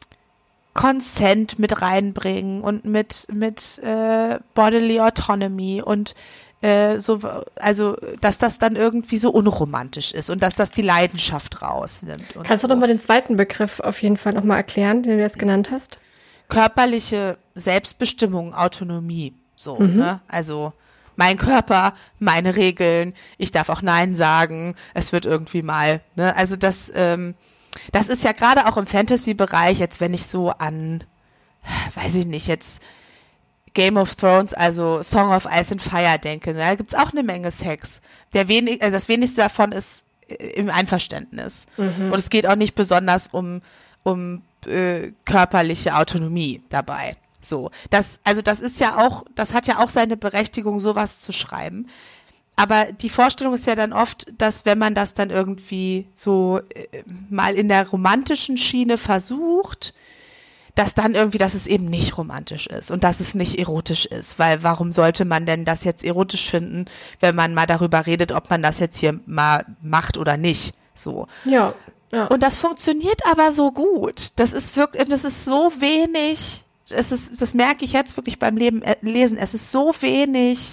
Consent mit reinbringen und mit, mit äh, Bodily Autonomy und äh, so, also, dass das dann irgendwie so unromantisch ist und dass das die Leidenschaft rausnimmt. Und Kannst so. du doch mal den zweiten Begriff auf jeden Fall nochmal erklären, den du jetzt genannt hast? Körperliche Selbstbestimmung, Autonomie, so, ne? Also mein Körper, meine Regeln, ich darf auch Nein sagen, es wird irgendwie mal, ne? Also das, ähm, das ist ja gerade auch im Fantasy-Bereich, jetzt wenn ich so an, weiß ich nicht, jetzt Game of Thrones, also Song of Ice and Fire denke, ne? Da gibt's auch eine Menge Sex. Der wenig, äh, das wenigste davon ist äh, im Einverständnis. Und es geht auch nicht besonders um, um äh, körperliche Autonomie dabei. So, das, also das ist ja auch, das hat ja auch seine Berechtigung, sowas zu schreiben. aber die Vorstellung ist ja dann oft, dass wenn man das dann irgendwie so äh, mal in der romantischen Schiene versucht, dass dann irgendwie, dass es eben nicht romantisch ist und dass es nicht erotisch ist, weil warum sollte man denn das jetzt erotisch finden, wenn man mal darüber redet, ob man das jetzt hier mal macht oder nicht, so. Ja, ja. Und das funktioniert aber so gut, das ist wirklich, das ist so wenig, es ist, das merke ich jetzt wirklich beim Leben, äh, Lesen, es ist so wenig.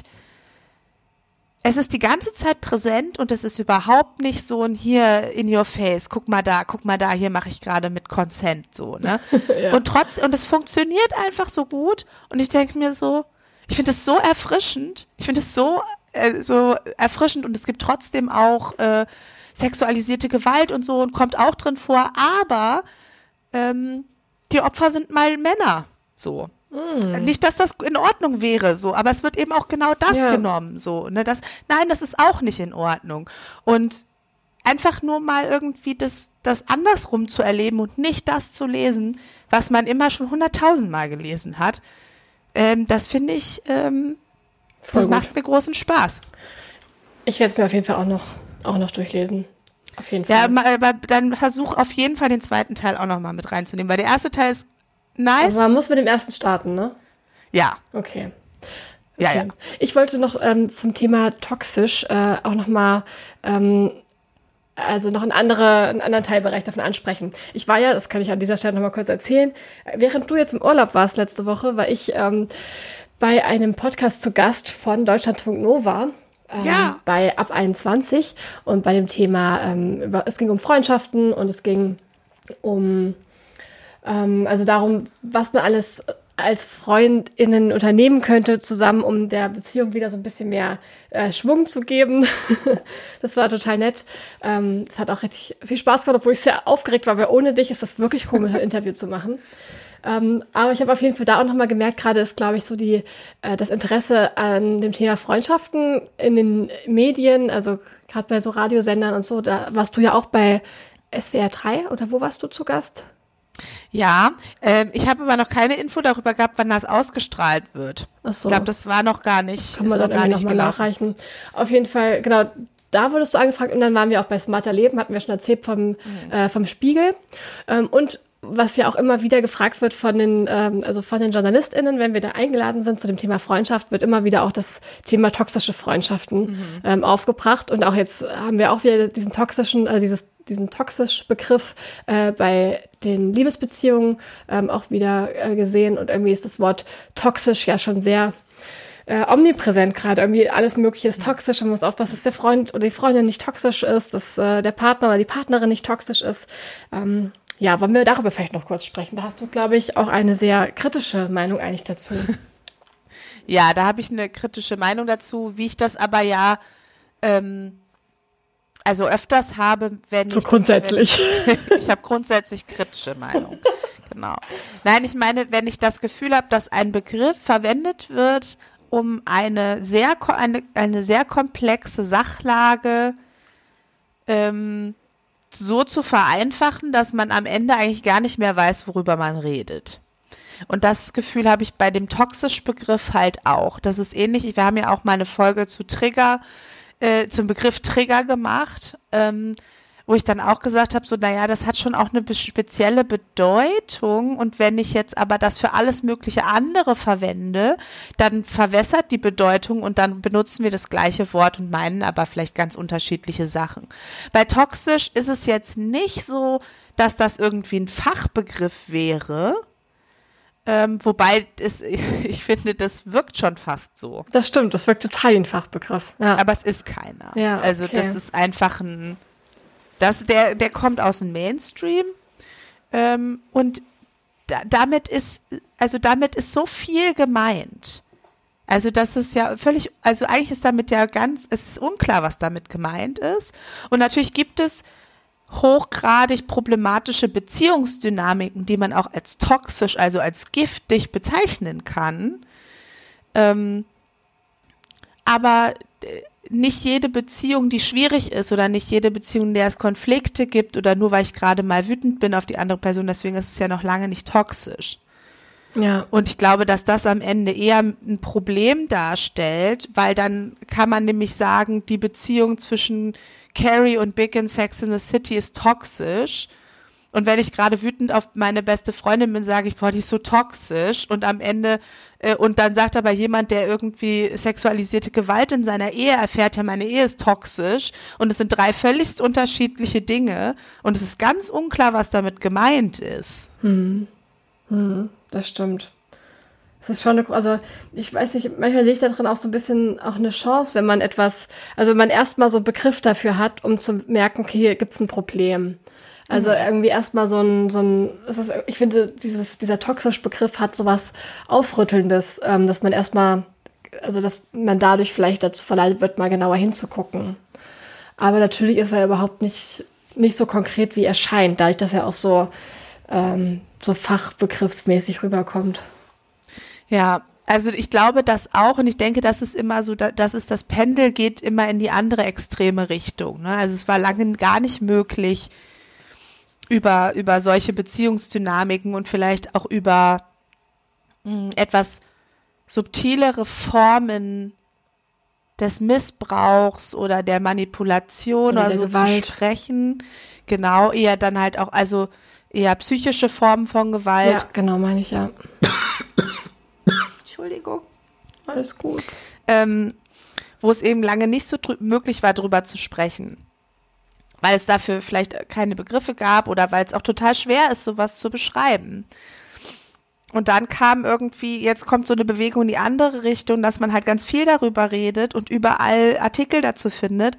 Es ist die ganze Zeit präsent und es ist überhaupt nicht so ein hier in your face, guck mal da, guck mal da, hier mache ich gerade mit Consent so, ne? Ja. Und trotz, und es funktioniert einfach so gut und ich denke mir so, ich finde es so erfrischend, ich finde es so, äh, so erfrischend und es gibt trotzdem auch äh, sexualisierte Gewalt und so und kommt auch drin vor, aber ähm, die Opfer sind mal Männer, so. Nicht, dass das in Ordnung wäre, so, aber es wird eben auch genau das ja. genommen, so, ne, das, nein, das ist auch nicht in Ordnung. Und einfach nur mal irgendwie das, das andersrum zu erleben und nicht das zu lesen, was man immer schon hunderttausendmal gelesen hat, ähm, das finde ich, ähm, das gut. macht mir großen Spaß. Ich werde es mir auf jeden Fall auch noch, auch noch durchlesen. Auf jeden Fall. Ja, aber dann versuch auf jeden Fall den zweiten Teil auch noch mal mit reinzunehmen, weil der erste Teil ist nice. Aber man muss mit dem ersten starten, ne? Ja. Okay. Ja, okay. ja. Ich wollte noch ähm, zum Thema toxisch äh, auch noch mal ähm, also noch einen, andere, einen anderen Teilbereich davon ansprechen. Ich war ja, das kann ich an dieser Stelle noch mal kurz erzählen, während du jetzt im Urlaub warst letzte Woche, war ich ähm, bei einem Podcast zu Gast von Deutschlandfunk Nova. Ähm, ja. Bei Ab einundzwanzig und bei dem Thema, ähm, über, es ging um Freundschaften und es ging um also darum, was man alles als FreundInnen unternehmen könnte zusammen, um der Beziehung wieder so ein bisschen mehr äh, Schwung zu geben. Das war total nett. Ähm, es hat auch richtig viel Spaß gemacht, obwohl ich sehr aufgeregt war, weil ohne dich ist das wirklich komisch, ein Interview zu machen. Ähm, aber ich habe auf jeden Fall da auch nochmal gemerkt, gerade ist, glaube ich, so die äh, das Interesse an dem Thema Freundschaften in den Medien, also gerade bei so Radiosendern und so, da warst du ja auch bei S W R drei oder wo warst du zu Gast? Ja, äh, ich habe aber noch keine Info darüber gehabt, wann das ausgestrahlt wird. Ach so. Ich glaube, das war noch gar nicht, Kann man dann irgendwie nochmal nachreichen. Auf jeden Fall, genau, da wurdest du angefragt und dann waren wir auch bei Smarter Leben, hatten wir schon erzählt vom, mhm. äh, vom Spiegel. Ähm, und was ja auch immer wieder gefragt wird von den, ähm, also von den JournalistInnen, wenn wir da eingeladen sind zu dem Thema Freundschaft, wird immer wieder auch das Thema toxische Freundschaften mhm. ähm, aufgebracht. Und auch jetzt haben wir auch wieder diesen toxischen, also dieses, diesen toxisch Begriff äh, bei den Liebesbeziehungen ähm, auch wieder äh, gesehen. Und irgendwie ist das Wort toxisch ja schon sehr äh, omnipräsent gerade. Irgendwie alles Mögliche ist toxisch. Man muss aufpassen, dass der Freund oder die Freundin nicht toxisch ist, dass äh, der Partner oder die Partnerin nicht toxisch ist. Ähm, Ja, wollen wir darüber vielleicht noch kurz sprechen? Da hast du, glaube ich, auch eine sehr kritische Meinung eigentlich dazu. Ja, da habe ich eine kritische Meinung dazu, wie ich das aber ja ähm, also öfters habe, wenn so ich... So grundsätzlich. Das, wenn, ich habe grundsätzlich kritische Meinung, genau. Nein, ich meine, wenn ich das Gefühl habe, dass ein Begriff verwendet wird, um eine sehr, eine, eine sehr komplexe Sachlage ähm, so zu vereinfachen, dass man am Ende eigentlich gar nicht mehr weiß, worüber man redet. Und das Gefühl habe ich bei dem Toxisch-Begriff halt auch. Das ist ähnlich, wir haben ja auch mal eine Folge zu Trigger, äh, zum Begriff Trigger gemacht, ähm, wo ich dann auch gesagt habe, so naja, das hat schon auch eine spezielle Bedeutung und wenn ich jetzt aber das für alles mögliche andere verwende, dann verwässert die Bedeutung und dann benutzen wir das gleiche Wort und meinen aber vielleicht ganz unterschiedliche Sachen. Bei toxisch ist es jetzt nicht so, dass das irgendwie ein Fachbegriff wäre, ähm, wobei es, ich finde, das wirkt schon fast so. Das stimmt, das wirkt total wie ein Fachbegriff. Ja. Aber es ist keiner. Ja, okay. Also das ist einfach ein Das, der, der kommt aus dem Mainstream ähm, und da, damit ist, also damit ist so viel gemeint. Also das ist ja völlig, also eigentlich ist damit ja ganz, es ist unklar, was damit gemeint ist. Und natürlich gibt es hochgradig problematische Beziehungsdynamiken, die man auch als toxisch, also als giftig bezeichnen kann. Ähm, aber nicht jede Beziehung, die schwierig ist oder nicht jede Beziehung, in der es Konflikte gibt oder nur weil ich gerade mal wütend bin auf die andere Person, deswegen ist es ja noch lange nicht toxisch. Ja. Und ich glaube, dass das am Ende eher ein Problem darstellt, weil dann kann man nämlich sagen, die Beziehung zwischen Carrie und Big in Sex in the City ist toxisch. Und wenn ich gerade wütend auf meine beste Freundin bin, sage ich, boah, die ist so toxisch. Und am Ende, äh, und dann sagt aber jemand, der irgendwie sexualisierte Gewalt in seiner Ehe erfährt, ja, meine Ehe ist toxisch. Und es sind drei völlig unterschiedliche Dinge. Und es ist ganz unklar, was damit gemeint ist. Hm. Hm, das stimmt. Das ist schon eine, also ich weiß nicht, manchmal sehe ich da drin auch so ein bisschen auch eine Chance, wenn man etwas, also wenn man erstmal so einen Begriff dafür hat, um zu merken, okay, hier gibt's ein Problem. Also mhm. irgendwie erstmal so ein, so ein, es ist, ich finde, dieses, dieser toxisch Begriff hat sowas Aufrüttelndes, ähm, dass man erstmal, also dass man dadurch vielleicht dazu verleitet wird, mal genauer hinzugucken. Aber natürlich ist er überhaupt nicht, nicht so konkret, wie er scheint, dadurch, dass er auch so, ähm, so fachbegriffsmäßig rüberkommt. Ja, also ich glaube das auch und ich denke, dass es immer so, dass es das Pendel geht immer in die andere extreme Richtung. Ne? Also es war lange gar nicht möglich, über, über solche Beziehungsdynamiken und vielleicht auch über mh, etwas subtilere Formen des Missbrauchs oder der Manipulation oder, oder so Gewalt. Zu sprechen. Genau, eher dann halt auch, also eher psychische Formen von Gewalt. Ja, genau, meine ich, ja. Entschuldigung. Alles gut. Ähm, wo es eben lange nicht so drü- möglich war, drüber zu sprechen. Weil es dafür vielleicht keine Begriffe gab oder weil es auch total schwer ist, sowas zu beschreiben. Und dann kam irgendwie, jetzt kommt so eine Bewegung in die andere Richtung, dass man halt ganz viel darüber redet und überall Artikel dazu findet.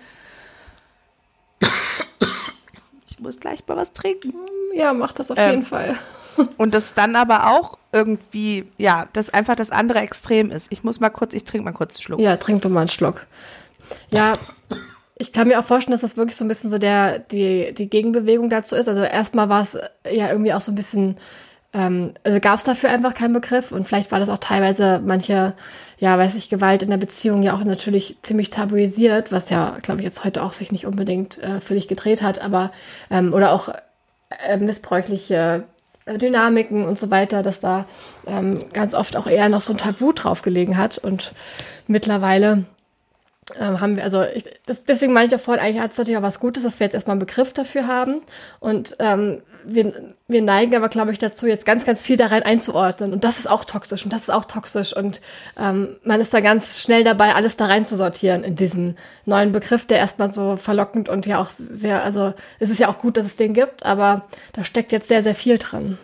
Ich muss gleich mal was trinken. Ja, mach das auf ähm, jeden Fall. Und das dann aber auch irgendwie, ja, das einfach das andere Extrem ist. Ich muss mal kurz, ich trinke mal kurz einen Schluck. Ja, trink doch mal einen Schluck. Ja, ich kann mir auch vorstellen, dass das wirklich so ein bisschen so der, die, die Gegenbewegung dazu ist. Also erstmal war es ja irgendwie auch so ein bisschen, ähm, also gab es dafür einfach keinen Begriff und vielleicht war das auch teilweise manche, ja, weiß ich, Gewalt in der Beziehung ja auch natürlich ziemlich tabuisiert, was ja, glaube ich, jetzt heute auch sich nicht unbedingt äh, völlig gedreht hat, aber, ähm, oder auch äh, missbräuchliche Dynamiken und so weiter, dass da ähm, ganz oft auch eher noch so ein Tabu drauf gelegen hat und mittlerweile Ähm, haben wir, also ich, das, deswegen meine ich auch vorhin, eigentlich hat es natürlich auch was Gutes, dass wir jetzt erstmal einen Begriff dafür haben und ähm, wir, wir neigen aber, glaube ich, dazu, jetzt ganz, ganz viel da rein einzuordnen und das ist auch toxisch und das ist auch toxisch und ähm, man ist da ganz schnell dabei, alles da rein zu sortieren in diesen neuen Begriff, der erstmal so verlockend und ja auch sehr, also es ist ja auch gut, dass es den gibt, aber da steckt jetzt sehr, sehr viel drin.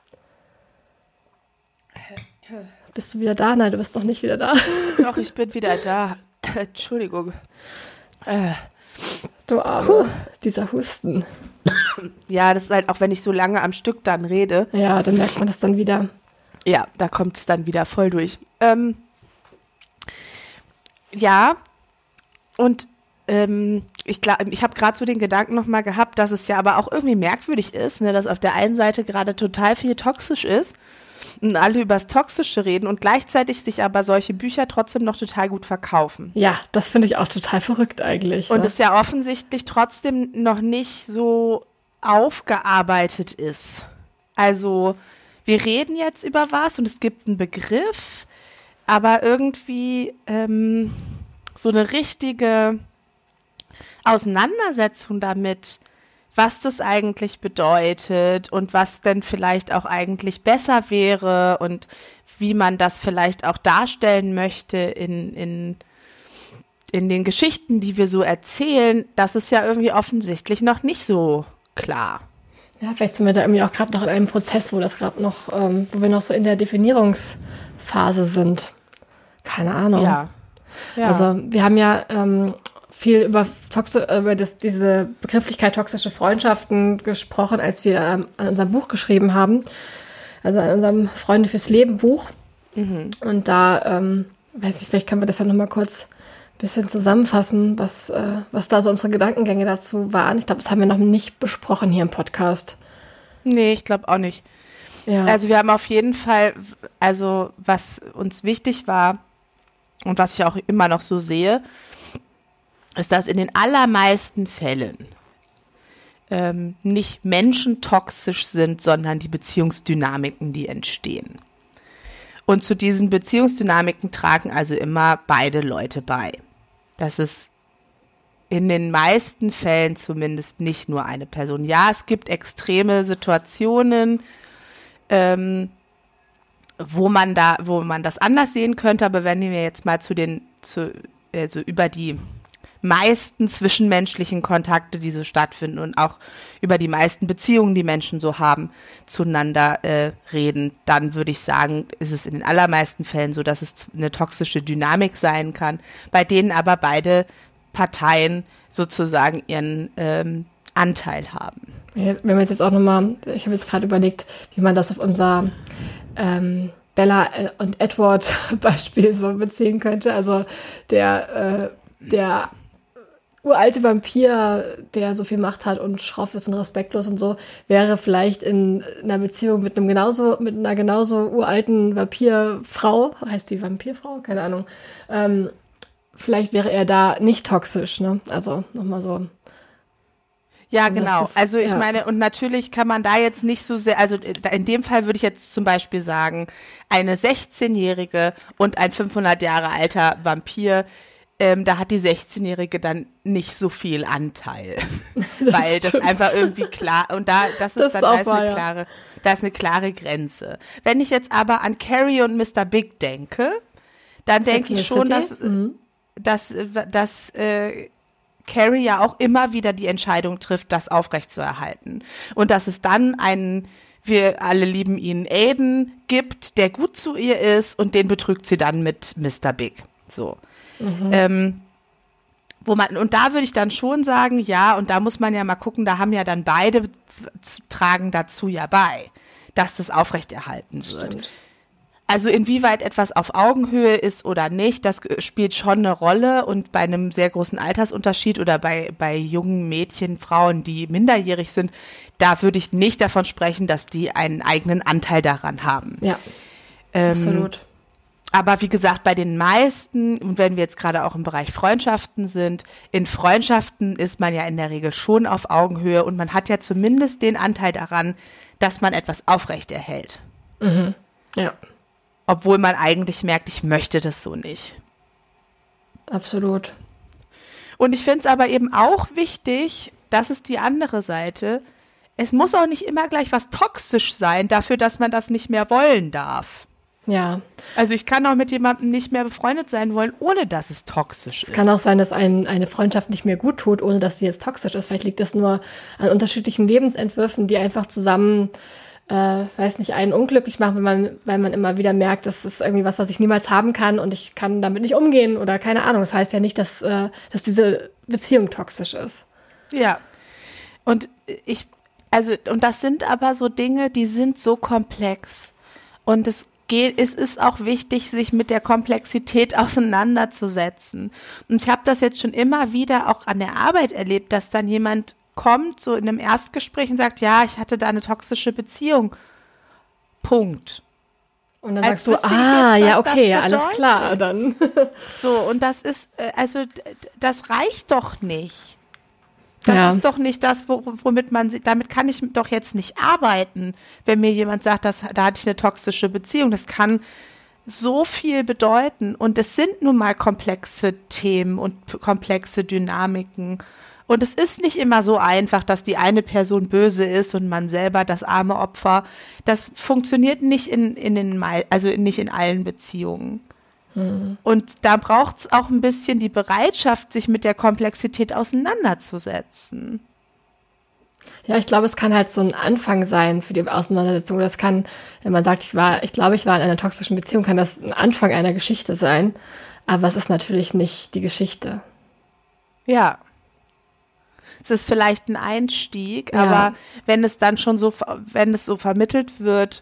Bist du wieder da? Nein, du bist noch nicht wieder da. Doch, ich bin wieder da. Entschuldigung. Äh. Du Arme, dieser Husten. Ja, das ist halt auch, wenn ich so lange am Stück dann rede. Ja, dann merkt man das dann wieder. Ja, da kommt es dann wieder voll durch. Ähm, ja, und ähm, ich, ich habe gerade so den Gedanken nochmal gehabt, dass es ja aber auch irgendwie merkwürdig ist, ne, dass auf der einen Seite gerade total viel toxisch ist und alle über das Toxische reden und gleichzeitig sich aber solche Bücher trotzdem noch total gut verkaufen. Ja, das finde ich auch total verrückt eigentlich. Und ne? es ja offensichtlich trotzdem noch nicht so aufgearbeitet ist. Also wir reden jetzt über was und es gibt einen Begriff, aber irgendwie ähm, so eine richtige Auseinandersetzung damit, was das eigentlich bedeutet und was denn vielleicht auch eigentlich besser wäre und wie man das vielleicht auch darstellen möchte in, in, in den Geschichten, die wir so erzählen, das ist ja irgendwie offensichtlich noch nicht so klar. Ja, vielleicht sind wir da irgendwie auch gerade noch in einem Prozess, wo das gerade noch, ähm, wo wir noch so in der Definierungsphase sind. Keine Ahnung. Ja. ja. Also wir haben ja ähm, viel über, Toxi- über das, diese Begrifflichkeit toxische Freundschaften gesprochen, als wir ähm, an unserem Buch geschrieben haben. Also an unserem Freunde fürs Leben Buch. Mhm. Und da, ähm, weiß ich, vielleicht können wir das ja nochmal kurz ein bisschen zusammenfassen, was, äh, was da so unsere Gedankengänge dazu waren. Ich glaube, das haben wir noch nicht besprochen hier im Podcast. Nee, ich glaube auch nicht. Ja. Also wir haben auf jeden Fall, also was uns wichtig war und was ich auch immer noch so sehe, ist, dass in den allermeisten Fällen ähm, nicht Menschen toxisch sind, sondern die Beziehungsdynamiken, die entstehen. Und zu diesen Beziehungsdynamiken tragen also immer beide Leute bei. Das ist in den meisten Fällen zumindest nicht nur eine Person. Ja, es gibt extreme Situationen, ähm, wo man da, wo man das anders sehen könnte, aber wenn wir jetzt mal zu den, zu, also über die meisten zwischenmenschlichen Kontakte, die so stattfinden und auch über die meisten Beziehungen, die Menschen so haben, zueinander äh, reden, dann würde ich sagen, ist es in den allermeisten Fällen so, dass es eine toxische Dynamik sein kann, bei denen aber beide Parteien sozusagen ihren ähm, Anteil haben. Ja, wenn wir jetzt auch nochmal, ich habe jetzt gerade überlegt, wie man das auf unser ähm, Bella und Edward Beispiel so beziehen könnte. Also der, äh, der uralte Vampir, der so viel Macht hat und schroff ist und respektlos und so, wäre vielleicht in einer Beziehung mit einem genauso, mit einer genauso uralten Vampirfrau, heißt die Vampirfrau? Keine Ahnung. Ähm, vielleicht wäre er da nicht toxisch, ne? Also nochmal so. Ja, genau. Also ich ja. meine, und natürlich kann man da jetzt nicht so sehr, also in dem Fall würde ich jetzt zum Beispiel sagen, eine sechzehnjährige und ein fünfhundert Jahre alter Vampir, ähm, da hat die sechzehnjährige dann nicht so viel Anteil, das weil stimmt. das einfach irgendwie klar, und da, das ist das dann ist da ist eine klare, ja. da ist eine klare Grenze. Wenn ich jetzt aber an Carrie und Mister Big denke, dann denke ich schon, dass, mhm. dass, dass, äh, Carrie ja auch immer wieder die Entscheidung trifft, das aufrechtzuerhalten. Und dass es dann einen, wir alle lieben ihn, Aiden gibt, der gut zu ihr ist und den betrügt sie dann mit Mister Big. So. Mhm. Ähm, wo man, und da würde ich dann schon sagen, ja, und da muss man ja mal gucken, da haben ja dann beide, tragen dazu ja bei, dass das aufrechterhalten wird. Stimmt. Also inwieweit etwas auf Augenhöhe ist oder nicht, das spielt schon eine Rolle, und bei einem sehr großen Altersunterschied oder bei, bei jungen Mädchen, Frauen, die minderjährig sind, da würde ich nicht davon sprechen, dass die einen eigenen Anteil daran haben. Ja, ähm, absolut. Aber wie gesagt, bei den meisten, und wenn wir jetzt gerade auch im Bereich Freundschaften sind, in Freundschaften ist man ja in der Regel schon auf Augenhöhe und man hat ja zumindest den Anteil daran, dass man etwas aufrechterhält. Mhm. Ja. Obwohl man eigentlich merkt, ich möchte das so nicht. Absolut. Und ich finde es aber eben auch wichtig, das ist die andere Seite, es muss auch nicht immer gleich was toxisch sein, dafür, dass man das nicht mehr wollen darf. Ja. Also ich kann auch mit jemandem nicht mehr befreundet sein wollen, ohne dass es toxisch ist. Es kann auch sein, dass ein, eine Freundschaft nicht mehr gut tut, ohne dass sie jetzt toxisch ist. Vielleicht liegt das nur an unterschiedlichen Lebensentwürfen, die einfach zusammen Äh, weiß nicht, einen unglücklich machen, wenn man, weil man immer wieder merkt, das ist irgendwie was, was ich niemals haben kann und ich kann damit nicht umgehen oder keine Ahnung. Das heißt ja nicht, dass, äh, dass diese Beziehung toxisch ist. Ja. Und ich, also, und das sind aber so Dinge, die sind so komplex. Und es geht, es ist auch wichtig, sich mit der Komplexität auseinanderzusetzen. Und ich habe das jetzt schon immer wieder auch an der Arbeit erlebt, dass dann jemand kommt, so in einem Erstgespräch und sagt, ja, ich hatte da eine toxische Beziehung. Punkt. Und dann Als sagst du, ah, jetzt, ja, okay, ja, alles klar, dann. So, und das ist, also, das reicht doch nicht. Das ja. ist doch nicht das, womit man, damit kann ich doch jetzt nicht arbeiten, wenn mir jemand sagt, dass, da hatte ich eine toxische Beziehung. Das kann so viel bedeuten. Und es sind nun mal komplexe Themen und komplexe Dynamiken. Und es ist nicht immer so einfach, dass die eine Person böse ist und man selber das arme Opfer. Das funktioniert nicht in, in den, also nicht in allen Beziehungen. Hm. Und da braucht es auch ein bisschen die Bereitschaft, sich mit der Komplexität auseinanderzusetzen. Ja, ich glaube, es kann halt so ein Anfang sein für die Auseinandersetzung. Das kann, wenn man sagt, ich war, ich glaube, ich war in einer toxischen Beziehung, kann das ein Anfang einer Geschichte sein. Aber es ist natürlich nicht die Geschichte. Ja. Es ist vielleicht ein Einstieg, ja. aber wenn es dann schon so, wenn es so vermittelt wird,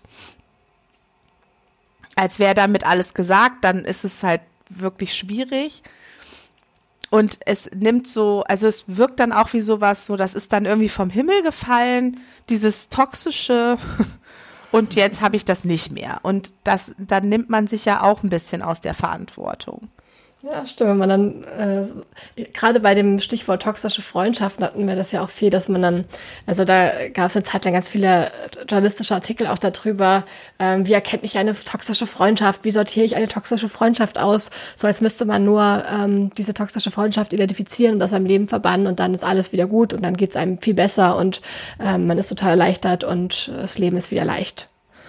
als wäre damit alles gesagt, dann ist es halt wirklich schwierig. Und es nimmt so, also es wirkt dann auch wie sowas, so, das ist dann irgendwie vom Himmel gefallen, dieses Toxische, und jetzt habe ich das nicht mehr. Und das, dann nimmt man sich ja auch ein bisschen aus der Verantwortung. Ja, stimmt. Wenn man dann, äh, gerade bei dem Stichwort toxische Freundschaften hatten wir das ja auch viel, dass man dann, also da gab es eine Zeit lang ganz viele journalistische Artikel auch darüber, ähm, wie erkenne ich eine toxische Freundschaft, wie sortiere ich eine toxische Freundschaft aus, so als müsste man nur ähm, diese toxische Freundschaft identifizieren und aus seinem Leben verbannen und dann ist alles wieder gut und dann geht es einem viel besser und ähm, man ist total erleichtert und das Leben ist wieder leicht.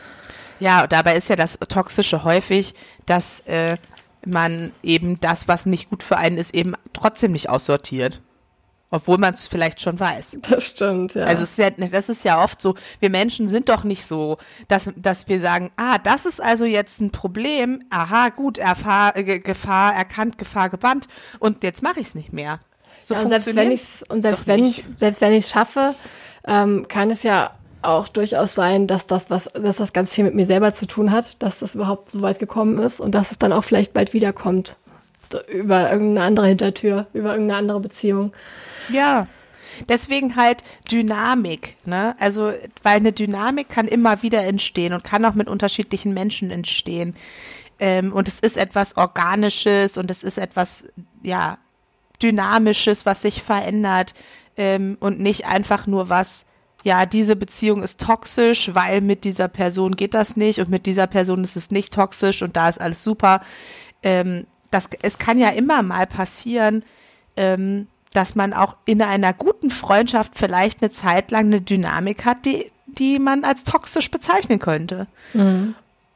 Ja, dabei ist ja das Toxische häufig, dass äh, man eben das, was nicht gut für einen ist, eben trotzdem nicht aussortiert. Obwohl man es vielleicht schon weiß. Das stimmt, ja. Also es ist ja, das ist ja oft so, wir Menschen sind doch nicht so, dass, dass wir sagen, ah, das ist also jetzt ein Problem, aha, gut, Erfahr, äh, Gefahr erkannt, Gefahr gebannt und jetzt mache ich es nicht mehr. So ja, und selbst wenn ich es und selbst wenn ich selbst wenn ich es schaffe, ähm, kann es ja auch durchaus sein, dass das was, dass das ganz viel mit mir selber zu tun hat, dass das überhaupt so weit gekommen ist und dass es dann auch vielleicht bald wiederkommt über irgendeine andere Hintertür, über irgendeine andere Beziehung. Ja, deswegen halt Dynamik, ne? Also, weil eine Dynamik kann immer wieder entstehen und kann auch mit unterschiedlichen Menschen entstehen. Ähm, und es ist etwas Organisches und es ist etwas, ja, Dynamisches, was sich verändert ähm, und nicht einfach nur was, ja, diese Beziehung ist toxisch, weil mit dieser Person geht das nicht und mit dieser Person ist es nicht toxisch und da ist alles super. Ähm, das, es kann ja immer mal passieren, ähm, dass man auch in einer guten Freundschaft vielleicht eine Zeit lang eine Dynamik hat, die, die man als toxisch bezeichnen könnte. Mhm.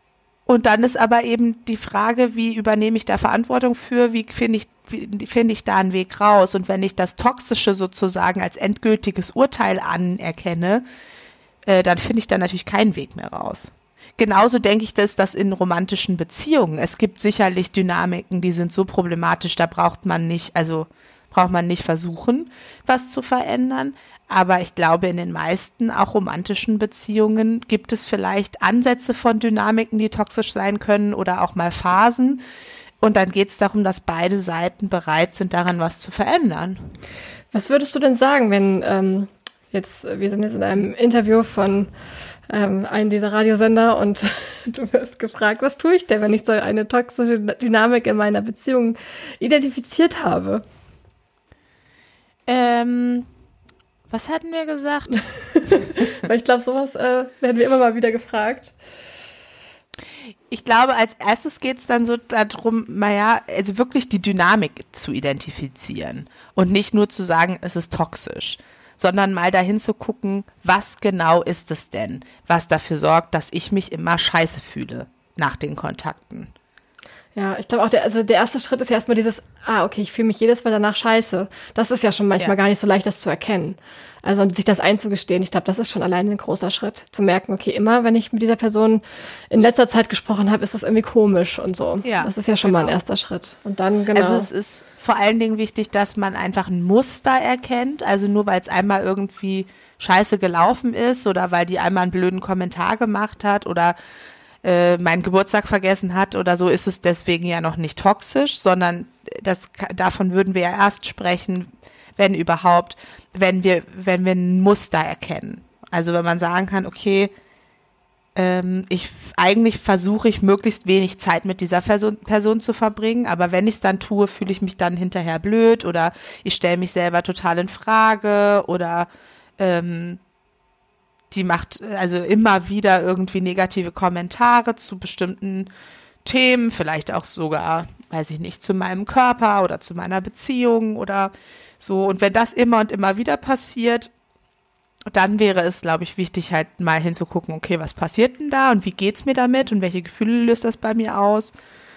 Und dann ist aber eben die Frage, wie übernehme ich da Verantwortung für, wie finde ich, wie finde ich da einen Weg raus? Und wenn ich das Toxische sozusagen als endgültiges Urteil anerkenne, äh, dann finde ich da natürlich keinen Weg mehr raus. Genauso denke ich, dass das in romantischen Beziehungen, es gibt sicherlich Dynamiken, die sind so problematisch, da braucht man nicht, also braucht man nicht versuchen, was zu verändern. Aber ich glaube, in den meisten, auch romantischen Beziehungen, gibt es vielleicht Ansätze von Dynamiken, die toxisch sein können oder auch mal Phasen. Und dann geht es darum, dass beide Seiten bereit sind, daran was zu verändern. Was würdest du denn sagen, wenn ähm, jetzt, wir sind jetzt in einem Interview von ähm, einem dieser Radiosender und du wirst gefragt, was tue ich denn, wenn ich so eine toxische Dynamik in meiner Beziehung identifiziert habe? Ähm... Was hatten wir gesagt? Weil ich glaube, sowas äh, werden wir immer mal wieder gefragt. Ich glaube, als erstes geht es dann so darum, naja, also wirklich die Dynamik zu identifizieren und nicht nur zu sagen, es ist toxisch, sondern mal dahin zu gucken, was genau ist es denn, was dafür sorgt, dass ich mich immer scheiße fühle nach den Kontakten. Ja, ich glaube auch, der, also der erste Schritt ist ja erstmal dieses, ah, okay, ich fühle mich jedes Mal danach scheiße. Das ist ja schon manchmal ja. gar nicht so leicht, das zu erkennen. Also und sich das einzugestehen, ich glaube, das ist schon alleine ein großer Schritt. Zu merken, okay, immer wenn ich mit dieser Person in letzter Zeit gesprochen habe, ist das irgendwie komisch und so. Ja, das ist ja schon genau. mal ein erster Schritt. Und dann, genau. Also es ist vor allen Dingen wichtig, dass man einfach ein Muster erkennt. Also nur weil es einmal irgendwie scheiße gelaufen ist oder weil die einmal einen blöden Kommentar gemacht hat oder äh, meinen Geburtstag vergessen hat oder so, ist es deswegen ja noch nicht toxisch, sondern das, davon würden wir ja erst sprechen, wenn überhaupt, wenn wir, wenn wir ein Muster erkennen. Also wenn man sagen kann, okay, ähm, ich eigentlich versuche ich möglichst wenig Zeit mit dieser Person, Person zu verbringen, aber wenn ich es dann tue, fühle ich mich dann hinterher blöd oder ich stelle mich selber total in Frage oder ähm, die macht also immer wieder irgendwie negative Kommentare zu bestimmten Themen, vielleicht auch sogar, weiß ich nicht, zu meinem Körper oder zu meiner Beziehung oder so. Und wenn das immer und immer wieder passiert, dann wäre es, glaube ich, wichtig, halt mal hinzugucken, okay, was passiert denn da und wie geht's mir damit und welche Gefühle löst das bei mir aus?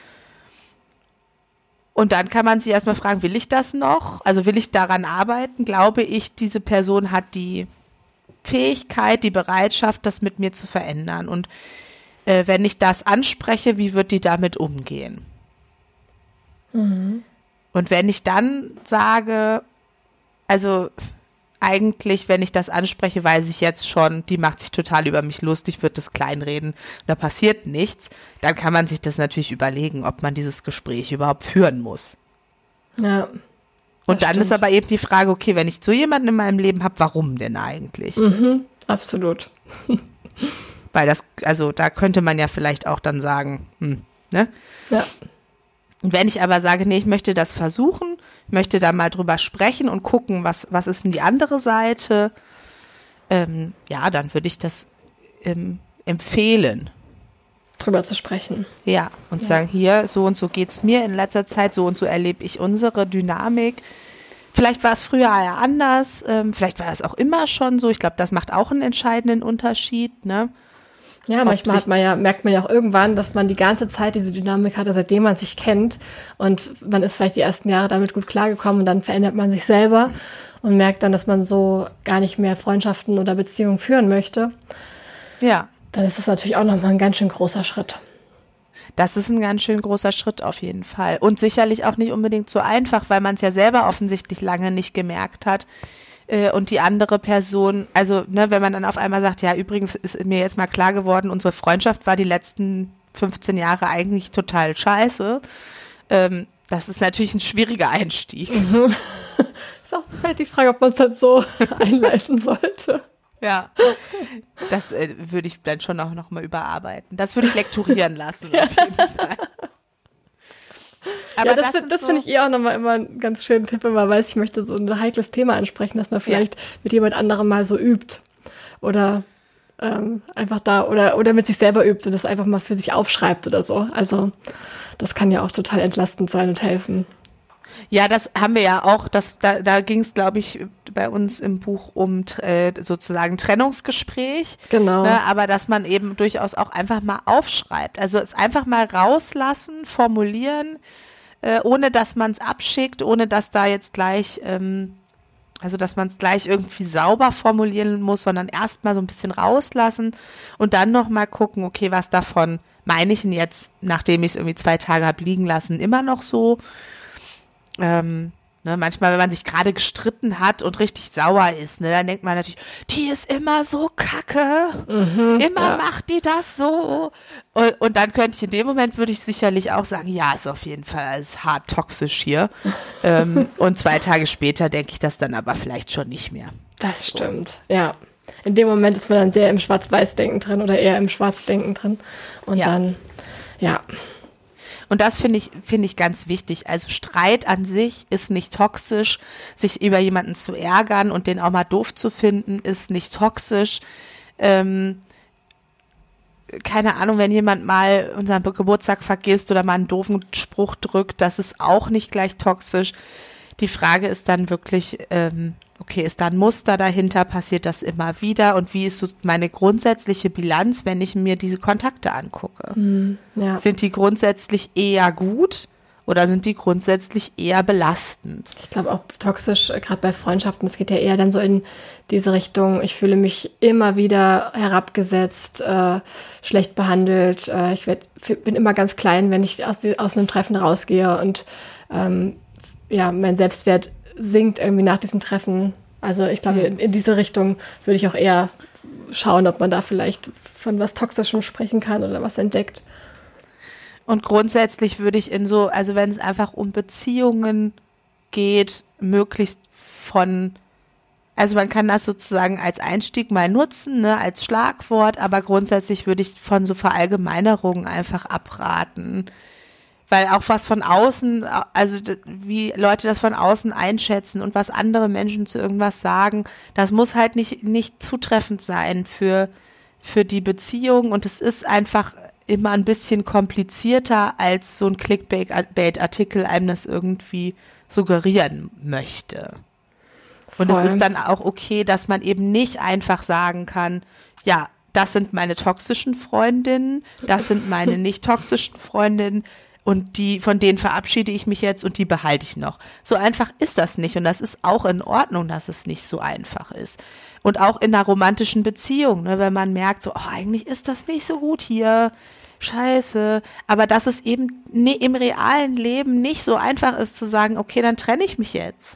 Und dann kann man sich erstmal fragen, will ich das noch? Also will ich daran arbeiten? Glaube ich, diese Person hat die Fähigkeit, die Bereitschaft, das mit mir zu verändern? Und äh, wenn ich das anspreche, wie wird die damit umgehen? Mhm. Und wenn ich dann sage, also eigentlich, wenn ich das anspreche, weiß ich jetzt schon, die macht sich total über mich lustig, wird das kleinreden, da passiert nichts, dann kann man sich das natürlich überlegen, ob man dieses Gespräch überhaupt führen muss. Ja. Und dann stimmt. Ist aber eben die Frage, okay, wenn ich so jemanden in meinem Leben habe, warum denn eigentlich? Mhm, absolut. Weil das, also da könnte man ja vielleicht auch dann sagen, hm, ne? Ja. Und wenn ich aber sage, nee, ich möchte das versuchen, ich möchte da mal drüber sprechen und gucken, was, was ist denn die andere Seite, ähm, ja, dann würde ich das ähm, empfehlen. Drüber zu sprechen. Ja, und ja. sagen, hier, so und so geht's mir in letzter Zeit, so und so erlebe ich unsere Dynamik. Vielleicht war es früher ja anders, ähm, vielleicht war es auch immer schon so. Ich glaube, das macht auch einen entscheidenden Unterschied, ne? Ja, Ob manchmal sich- hat man ja, merkt man ja auch irgendwann, dass man die ganze Zeit diese Dynamik hatte, seitdem man sich kennt. Und man ist vielleicht die ersten Jahre damit gut klargekommen und dann verändert man sich selber und merkt dann, dass man so gar nicht mehr Freundschaften oder Beziehungen führen möchte. Ja, Dann ist das natürlich auch nochmal ein ganz schön großer Schritt. das ist ein ganz schön großer Schritt auf jeden Fall. Und sicherlich auch nicht unbedingt so einfach, weil man es ja selber offensichtlich lange nicht gemerkt hat. Äh, Und die andere Person, also ne, wenn man dann auf einmal sagt, ja, übrigens ist mir jetzt mal klar geworden, unsere Freundschaft war die letzten fünfzehn Jahre eigentlich total scheiße. Ähm, das ist natürlich ein schwieriger Einstieg. Ist auch halt die Frage, ob man es dann so einleiten sollte. Ja, das äh, würde ich dann schon auch noch mal überarbeiten. Das würde ich lektorieren lassen, auf jeden Fall. Aber ja, das, das, das, sind das so, finde ich eher auch nochmal immer einen ganz schönen Tipp, wenn man weiß, ich möchte so ein heikles Thema ansprechen, dass man vielleicht mit jemand anderem mal so übt. Oder ähm, einfach da, oder, oder mit sich selber übt und das einfach mal für sich aufschreibt oder so. Also das kann ja auch total entlastend sein und helfen. Ja, das haben wir ja auch, das, da, da ging es, glaube ich, bei uns im Buch um äh, sozusagen Trennungsgespräch. Genau. Ne, aber dass man eben durchaus auch einfach mal aufschreibt. Also es einfach mal rauslassen, formulieren, äh, ohne dass man es abschickt, ohne dass da jetzt gleich, ähm, also dass man es gleich irgendwie sauber formulieren muss, sondern erst mal so ein bisschen rauslassen und dann noch mal gucken, okay, was davon meine ich denn jetzt, nachdem ich es irgendwie zwei Tage habe liegen lassen, immer noch so. Ähm, ne, manchmal, wenn man sich gerade gestritten hat und richtig sauer ist, ne, dann denkt man natürlich, die ist immer so kacke, Mhm, immer ja. macht die das so. Und, und dann könnte ich in dem Moment, würde ich sicherlich auch sagen, ja, ist auf jeden Fall alles hart toxisch hier. ähm, und zwei Tage später denke ich das dann aber vielleicht schon nicht mehr. Das stimmt, ja. In dem Moment ist man dann sehr im Schwarz-Weiß-Denken drin oder eher im Schwarz-Denken drin. Und Ja. dann, ja. Und das finde ich, finde ich ganz wichtig. Also Streit an sich ist nicht toxisch. Sich über jemanden zu ärgern und den auch mal doof zu finden, ist nicht toxisch. Ähm, keine Ahnung, wenn jemand mal unseren Geburtstag vergisst oder mal einen doofen Spruch drückt, das ist auch nicht gleich toxisch. Die Frage ist dann wirklich, ähm, okay, ist da ein Muster dahinter, passiert das immer wieder und wie ist so meine grundsätzliche Bilanz, wenn ich mir diese Kontakte angucke? ja. Sind die grundsätzlich eher gut oder sind die grundsätzlich eher belastend? Ich glaube auch toxisch, äh, gerade bei Freundschaften, das geht ja eher dann so in diese Richtung, ich fühle mich immer wieder herabgesetzt, äh, schlecht behandelt, äh, ich werd, f- bin immer ganz klein, wenn ich aus, die- aus einem Treffen rausgehe und ähm, ja, mein Selbstwert sinkt irgendwie nach diesem Treffen. Also ich glaube, in, in diese Richtung würde ich auch eher schauen, ob man da vielleicht von was Toxischem sprechen kann oder was entdeckt. Und grundsätzlich würde ich in so, also wenn es einfach um Beziehungen geht, möglichst von, also man kann das sozusagen als Einstieg mal nutzen, ne, als Schlagwort, aber grundsätzlich würde ich von so Verallgemeinerungen einfach abraten. Weil auch was von außen, also d- wie Leute das von außen einschätzen und was andere Menschen zu irgendwas sagen, das muss halt nicht, nicht zutreffend sein für, für die Beziehung und es ist einfach immer ein bisschen komplizierter, als so ein Clickbait-Artikel einem das irgendwie suggerieren möchte. Und es Voll. ist dann auch okay, dass man eben nicht einfach sagen kann, ja, das sind meine toxischen Freundinnen, das sind meine nicht toxischen Freundinnen und die, von denen verabschiede ich mich jetzt und die behalte ich noch. So einfach ist das nicht und das ist auch in Ordnung, dass es nicht so einfach ist. Und auch in einer romantischen Beziehung, ne, wenn man merkt, so, oh, eigentlich ist das nicht so gut hier, scheiße, aber dass es eben ne, im realen Leben nicht so einfach ist zu sagen, okay, dann trenne ich mich jetzt.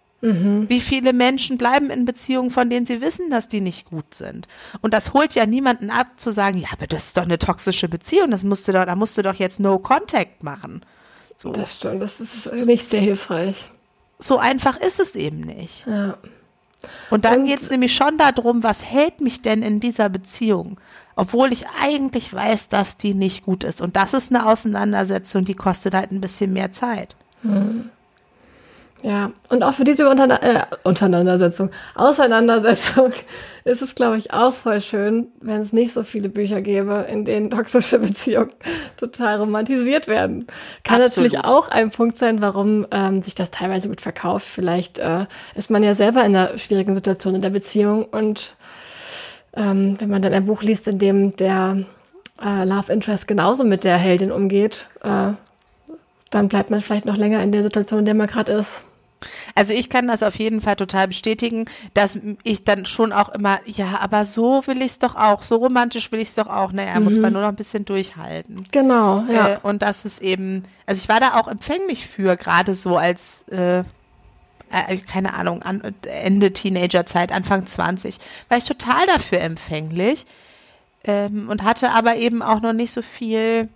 Wie viele Menschen bleiben in Beziehungen, von denen sie wissen, dass die nicht gut sind. Und das holt ja niemanden ab, zu sagen, ja, aber das ist doch eine toxische Beziehung, das musst du doch, da musst du doch jetzt No Contact machen. So, Das stimmt, das ist nicht sehr hilfreich. so einfach ist es eben nicht. Ja. Und dann geht es nämlich schon darum, was hält mich denn in dieser Beziehung, obwohl ich eigentlich weiß, dass die nicht gut ist. Und das ist eine Auseinandersetzung, die kostet halt ein bisschen mehr Zeit. Hm. Ja, und auch für diese Unterne- äh, Untereinandersetzung, Auseinandersetzung ist es, glaube ich, auch voll schön, wenn es nicht so viele Bücher gäbe, in denen toxische Beziehungen total romantisiert werden. Kann Absolut. natürlich auch ein Punkt sein, warum ähm, sich das teilweise gut verkauft. Vielleicht äh, ist man ja selber in einer schwierigen Situation in der Beziehung und ähm, wenn man dann ein Buch liest, in dem der äh, Love Interest genauso mit der Heldin umgeht, äh, dann bleibt man vielleicht noch länger in der Situation, in der man gerade ist. Also ich kann das auf jeden Fall total bestätigen, dass ich dann schon auch immer, ja, aber so will ich es doch auch, so romantisch will ich es doch auch. Naja, mhm. muss man nur noch ein bisschen durchhalten. Genau, ja. Äh, und das ist eben, also ich war da auch empfänglich für, gerade so als, äh, äh, keine Ahnung, an, Ende Teenagerzeit, Anfang zwanzig, war ich total dafür empfänglich ähm, und hatte aber eben auch noch nicht so viel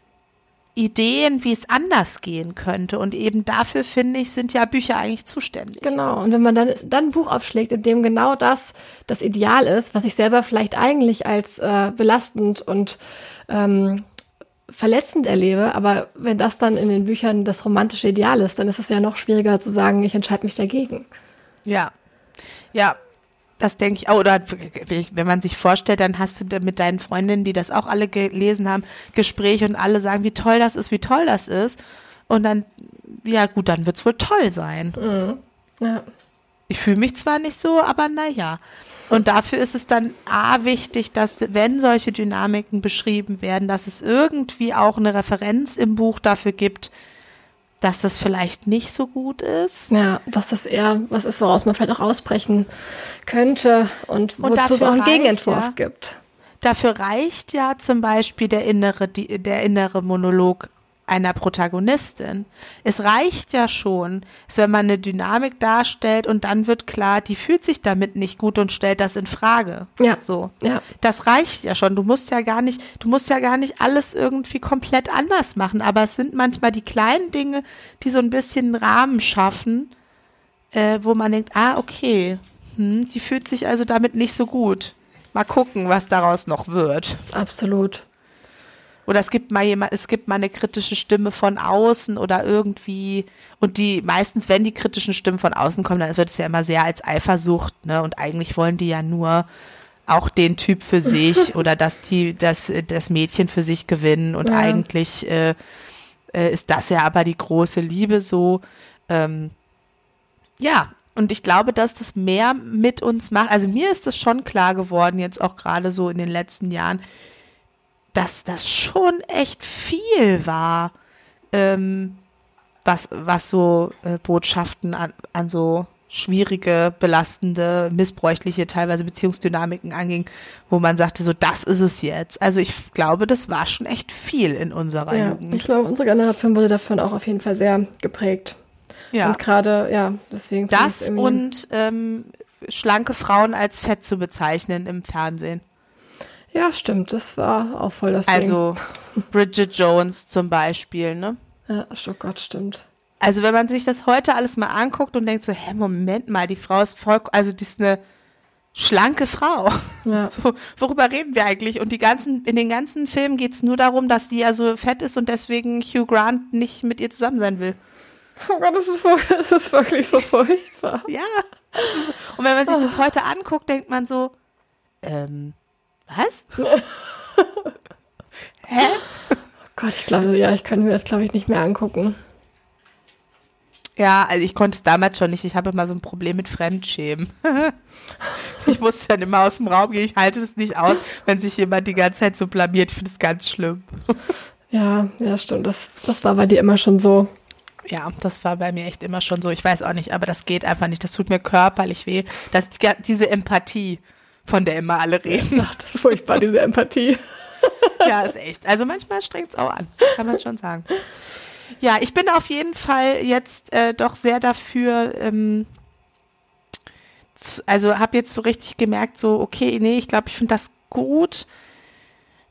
Ideen, wie es anders gehen könnte. Und eben dafür, finde ich, sind ja Bücher eigentlich zuständig. Genau. Und wenn man dann, dann ein Buch aufschlägt, in dem genau das das Ideal ist, was ich selber vielleicht eigentlich als äh, belastend und ähm, verletzend erlebe, aber wenn das dann in den Büchern das romantische Ideal ist, dann ist es ja noch schwieriger zu sagen, ich entscheide mich dagegen. Ja, ja. Das denke ich auch, oder wenn man sich vorstellt, dann hast du mit deinen Freundinnen, die das auch alle gelesen haben, Gespräche und alle sagen, wie toll das ist, wie toll das ist. Und dann, ja gut, dann wird es wohl toll sein. Mhm. Ja. Ich fühle mich zwar nicht so, aber naja. Und dafür ist es dann A, wichtig, dass, wenn solche Dynamiken beschrieben werden, dass es irgendwie auch eine Referenz im Buch dafür gibt, dass das vielleicht nicht so gut ist. Ja, dass das eher was ist, woraus man vielleicht auch ausbrechen könnte und wozu es auch einen Gegenentwurf ja, gibt. Dafür reicht ja zum Beispiel der innere, die, der innere Monolog einer Protagonistin. Es reicht ja schon, wenn man eine Dynamik darstellt und dann wird klar, die fühlt sich damit nicht gut und stellt das in Frage. Ja. So. Ja. Das reicht ja schon. Du musst ja gar nicht, du musst ja gar nicht alles irgendwie komplett anders machen, aber es sind manchmal die kleinen Dinge, die so ein bisschen einen Rahmen schaffen, äh, wo man denkt, ah, okay, hm, die fühlt sich also damit nicht so gut. Mal gucken, was daraus noch wird. Absolut. Oder es gibt mal jemand, es gibt mal eine kritische Stimme von außen oder irgendwie, und die meistens, wenn die kritischen Stimmen von außen kommen, dann wird es ja immer sehr als Eifersucht, ne? Und eigentlich wollen die ja nur auch den Typ für sich oder dass die, das, das Mädchen für sich gewinnen und ja. eigentlich äh, äh, ist das ja aber die große Liebe so. Ähm, ja, und ich glaube, dass das mehr mit uns macht. Also mir ist das schon klar geworden, jetzt auch gerade so in den letzten Jahren, dass das schon echt viel war, ähm, was, was so äh, Botschaften an, an so schwierige, belastende, missbräuchliche, teilweise Beziehungsdynamiken anging, wo man sagte, so das ist es jetzt. Also ich glaube, das war schon echt viel in unserer ja, Jugend. Ich glaube, unsere Generation wurde davon auch auf jeden Fall sehr geprägt. Ja. Und gerade, ja, deswegen. Das und ähm, schlanke Frauen als fett zu bezeichnen im Fernsehen. Ja, stimmt, das war auch voll das Ding. Also Bridget Jones zum Beispiel, ne? Ja, oh Gott, stimmt. Also wenn man sich das heute alles mal anguckt und denkt so, hä, Moment mal, die Frau ist voll, also die ist eine schlanke Frau. Ja. So, worüber reden wir eigentlich? Und die ganzen, in den ganzen Filmen geht es nur darum, dass die ja so fett ist und deswegen Hugh Grant nicht mit ihr zusammen sein will. Oh Gott, das ist, das ist wirklich so furchtbar. Ja. Ist, und wenn man sich das heute anguckt, denkt man so, ähm, was? Hä? Oh Gott, ich glaube, ja, ich könnte mir das, glaube ich, nicht mehr angucken. Ja, also ich konnte es damals schon nicht. Ich habe immer so ein Problem mit Fremdschämen. Ich musste dann immer aus dem Raum gehen. Ich halte es nicht aus, wenn sich jemand die ganze Zeit so blamiert. Ich finde es ganz schlimm. Ja, ja, stimmt. Das, das war bei dir immer schon so. Ja, das war bei mir echt immer schon so. Ich weiß auch nicht, aber das geht einfach nicht. Das tut mir körperlich weh. Das, die, diese Empathie, von der immer alle reden. Ach, das ist furchtbar, diese Empathie. Ja, ist echt. Also manchmal strengt es auch an, kann man schon sagen. Ja, ich bin auf jeden Fall jetzt äh, doch sehr dafür, ähm, zu, also habe jetzt so richtig gemerkt, so okay, nee, ich glaube, ich finde das gut,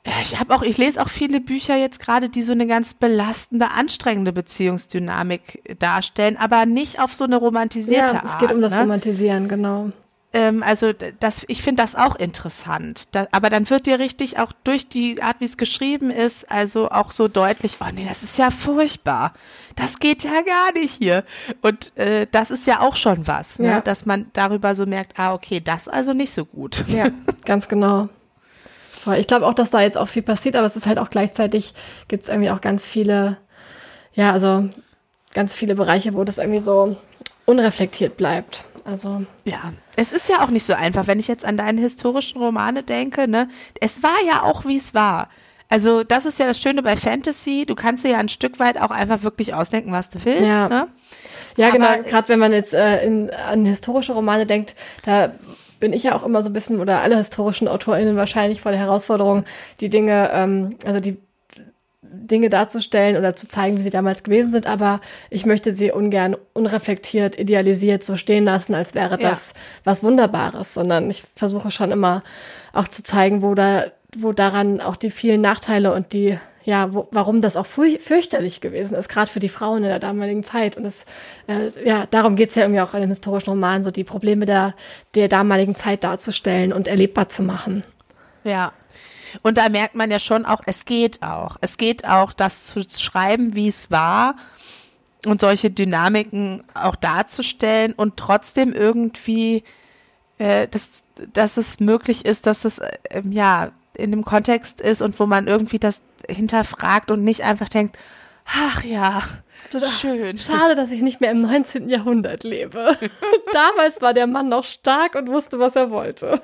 Ich habe auch, ich lese auch viele Bücher jetzt gerade, die so eine ganz belastende, anstrengende Beziehungsdynamik darstellen, aber nicht auf so eine romantisierte Art. Ja, es geht um das ne? Romantisieren, genau. Ähm, also das, ich finde das auch interessant. Da, aber dann wird dir richtig auch durch die Art, wie es geschrieben ist, also auch so deutlich, oh nee, das ist ja furchtbar. Das geht ja gar nicht hier. Und äh, das ist ja auch schon was, ne? Ja. Dass man darüber so merkt, ah okay, das also nicht so gut. Ja, ganz genau. Ich glaube auch, dass da jetzt auch viel passiert, aber es ist halt auch gleichzeitig, gibt es irgendwie auch ganz viele, ja, also ganz viele Bereiche, wo das irgendwie so unreflektiert bleibt. Also ja, es ist ja auch nicht so einfach, wenn ich jetzt an deine historischen Romane denke, ne? Es war ja auch, wie es war. Also das ist ja das Schöne bei Fantasy, du kannst dir ja ein Stück weit auch einfach wirklich ausdenken, was du willst, ja. ne? Ja, Aber, genau, gerade wenn man jetzt äh, in, an historische Romane denkt, da bin ich ja auch immer so ein bisschen, oder alle historischen AutorInnen wahrscheinlich vor der Herausforderung, die Dinge, ähm, also die Dinge darzustellen oder zu zeigen, wie sie damals gewesen sind, aber ich möchte sie ungern unreflektiert, idealisiert so stehen lassen, als wäre das ja. was Wunderbares, sondern ich versuche schon immer auch zu zeigen, wo da, wo daran auch die vielen Nachteile und die, ja, wo, warum das auch furch- fürchterlich gewesen ist, gerade für die Frauen in der damaligen Zeit. Und es, äh, ja, darum geht es ja irgendwie auch in den historischen Romanen, so die Probleme der, der damaligen Zeit darzustellen und erlebbar zu machen. Ja. Und da merkt man ja schon auch, es geht auch. Es geht auch, das zu schreiben, wie es war und solche Dynamiken auch darzustellen und trotzdem irgendwie, äh, dass, dass es möglich ist, dass es, äh, ja, in dem Kontext ist und wo man irgendwie das hinterfragt und nicht einfach denkt, ach ja, schön. Schade, dass ich nicht mehr im neunzehnten Jahrhundert lebe. Damals war der Mann noch stark und wusste, was er wollte.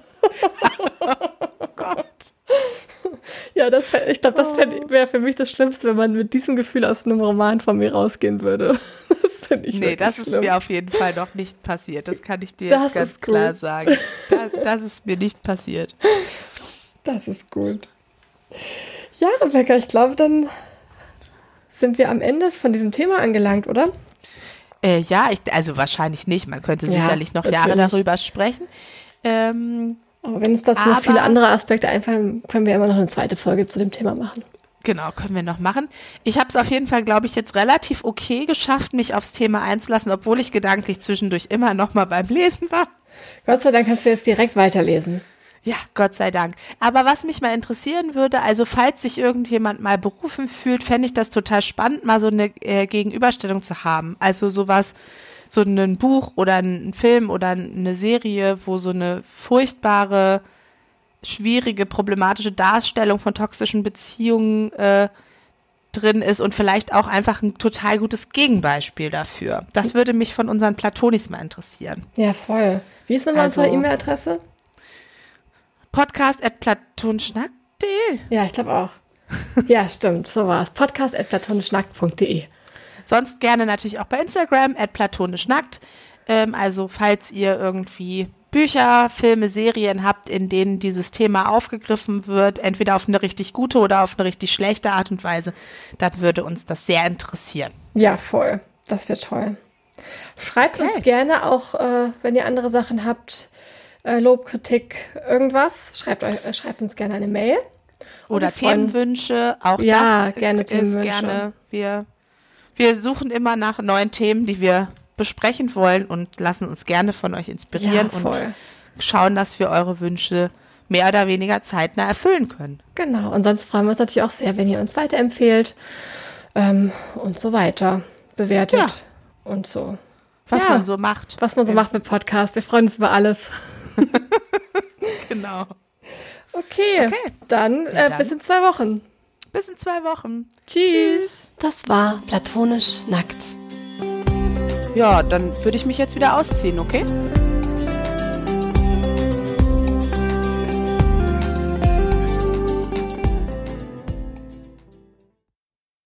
Oh Gott. Ja, das wär, ich glaube, das wäre für mich das Schlimmste, wenn man mit diesem Gefühl aus einem Roman von mir rausgehen würde. Das finde ich Nee, das ist schlimm. mir auf jeden Fall noch nicht passiert. Das kann ich dir das ganz ist klar gut. sagen. Das, das ist mir nicht passiert. Das ist gut. Ja, Rebecca, ich glaube, dann sind wir am Ende von diesem Thema angelangt, oder? Äh, ja, ich, also wahrscheinlich nicht. Man könnte Ja, sicherlich noch natürlich. Jahre darüber sprechen. Ähm, Aber wenn uns dazu noch aber, viele andere Aspekte einfallen, können wir immer noch eine zweite Folge zu dem Thema machen. Genau, können wir noch machen. Ich habe es auf jeden Fall, glaube ich, jetzt relativ okay geschafft, mich aufs Thema einzulassen, obwohl ich gedanklich zwischendurch immer noch mal beim Lesen war. Gott sei Dank kannst du jetzt direkt weiterlesen. Ja, Gott sei Dank. Aber was mich mal interessieren würde, also falls sich irgendjemand mal berufen fühlt, fände ich das total spannend, mal so eine äh, Gegenüberstellung zu haben. Also sowas, so ein Buch oder ein Film oder eine Serie, wo so eine furchtbare, schwierige, problematische Darstellung von toxischen Beziehungen äh, drin ist und vielleicht auch einfach ein total gutes Gegenbeispiel dafür. Das würde mich von unseren Platonis mal interessieren. Ja, voll. Wie ist nochmal Also, unsere E-Mail-Adresse? podcast at platonschnack punkt de. Ja, ich glaube auch. Ja, stimmt, so war es. podcast at platonischnackt punkt de. Sonst gerne natürlich auch bei Instagram at platonischnackt. Ähm, also falls ihr irgendwie Bücher, Filme, Serien habt, in denen dieses Thema aufgegriffen wird, entweder auf eine richtig gute oder auf eine richtig schlechte Art und Weise, dann würde uns das sehr interessieren. Ja, voll. Das wird toll. Schreibt Okay. uns gerne auch, äh, wenn ihr andere Sachen habt, äh, Lob, Kritik, irgendwas. Schreibt, euch, äh, schreibt uns gerne eine Mail. Und Oder wir freuen- Themenwünsche, auch Ja, das gerne ist Themenwünsche. gerne. Wir, wir suchen immer nach neuen Themen, die wir besprechen wollen und lassen uns gerne von euch inspirieren Ja, voll. und schauen, dass wir eure Wünsche mehr oder weniger zeitnah erfüllen können. Genau. Und sonst freuen wir uns natürlich auch sehr, wenn ihr uns weiterempfehlt ähm, und so weiter. Bewertet Ja. und so. Was Ja. man so macht. Was man so Ja. macht mit Podcast. Wir freuen uns über alles. Genau. Okay, Okay. dann, äh, dann. bis in zwei Wochen. Bis in zwei Wochen. Tschüss. Das war Platonisch Nackt. Ja, dann würde ich mich jetzt wieder ausziehen, okay?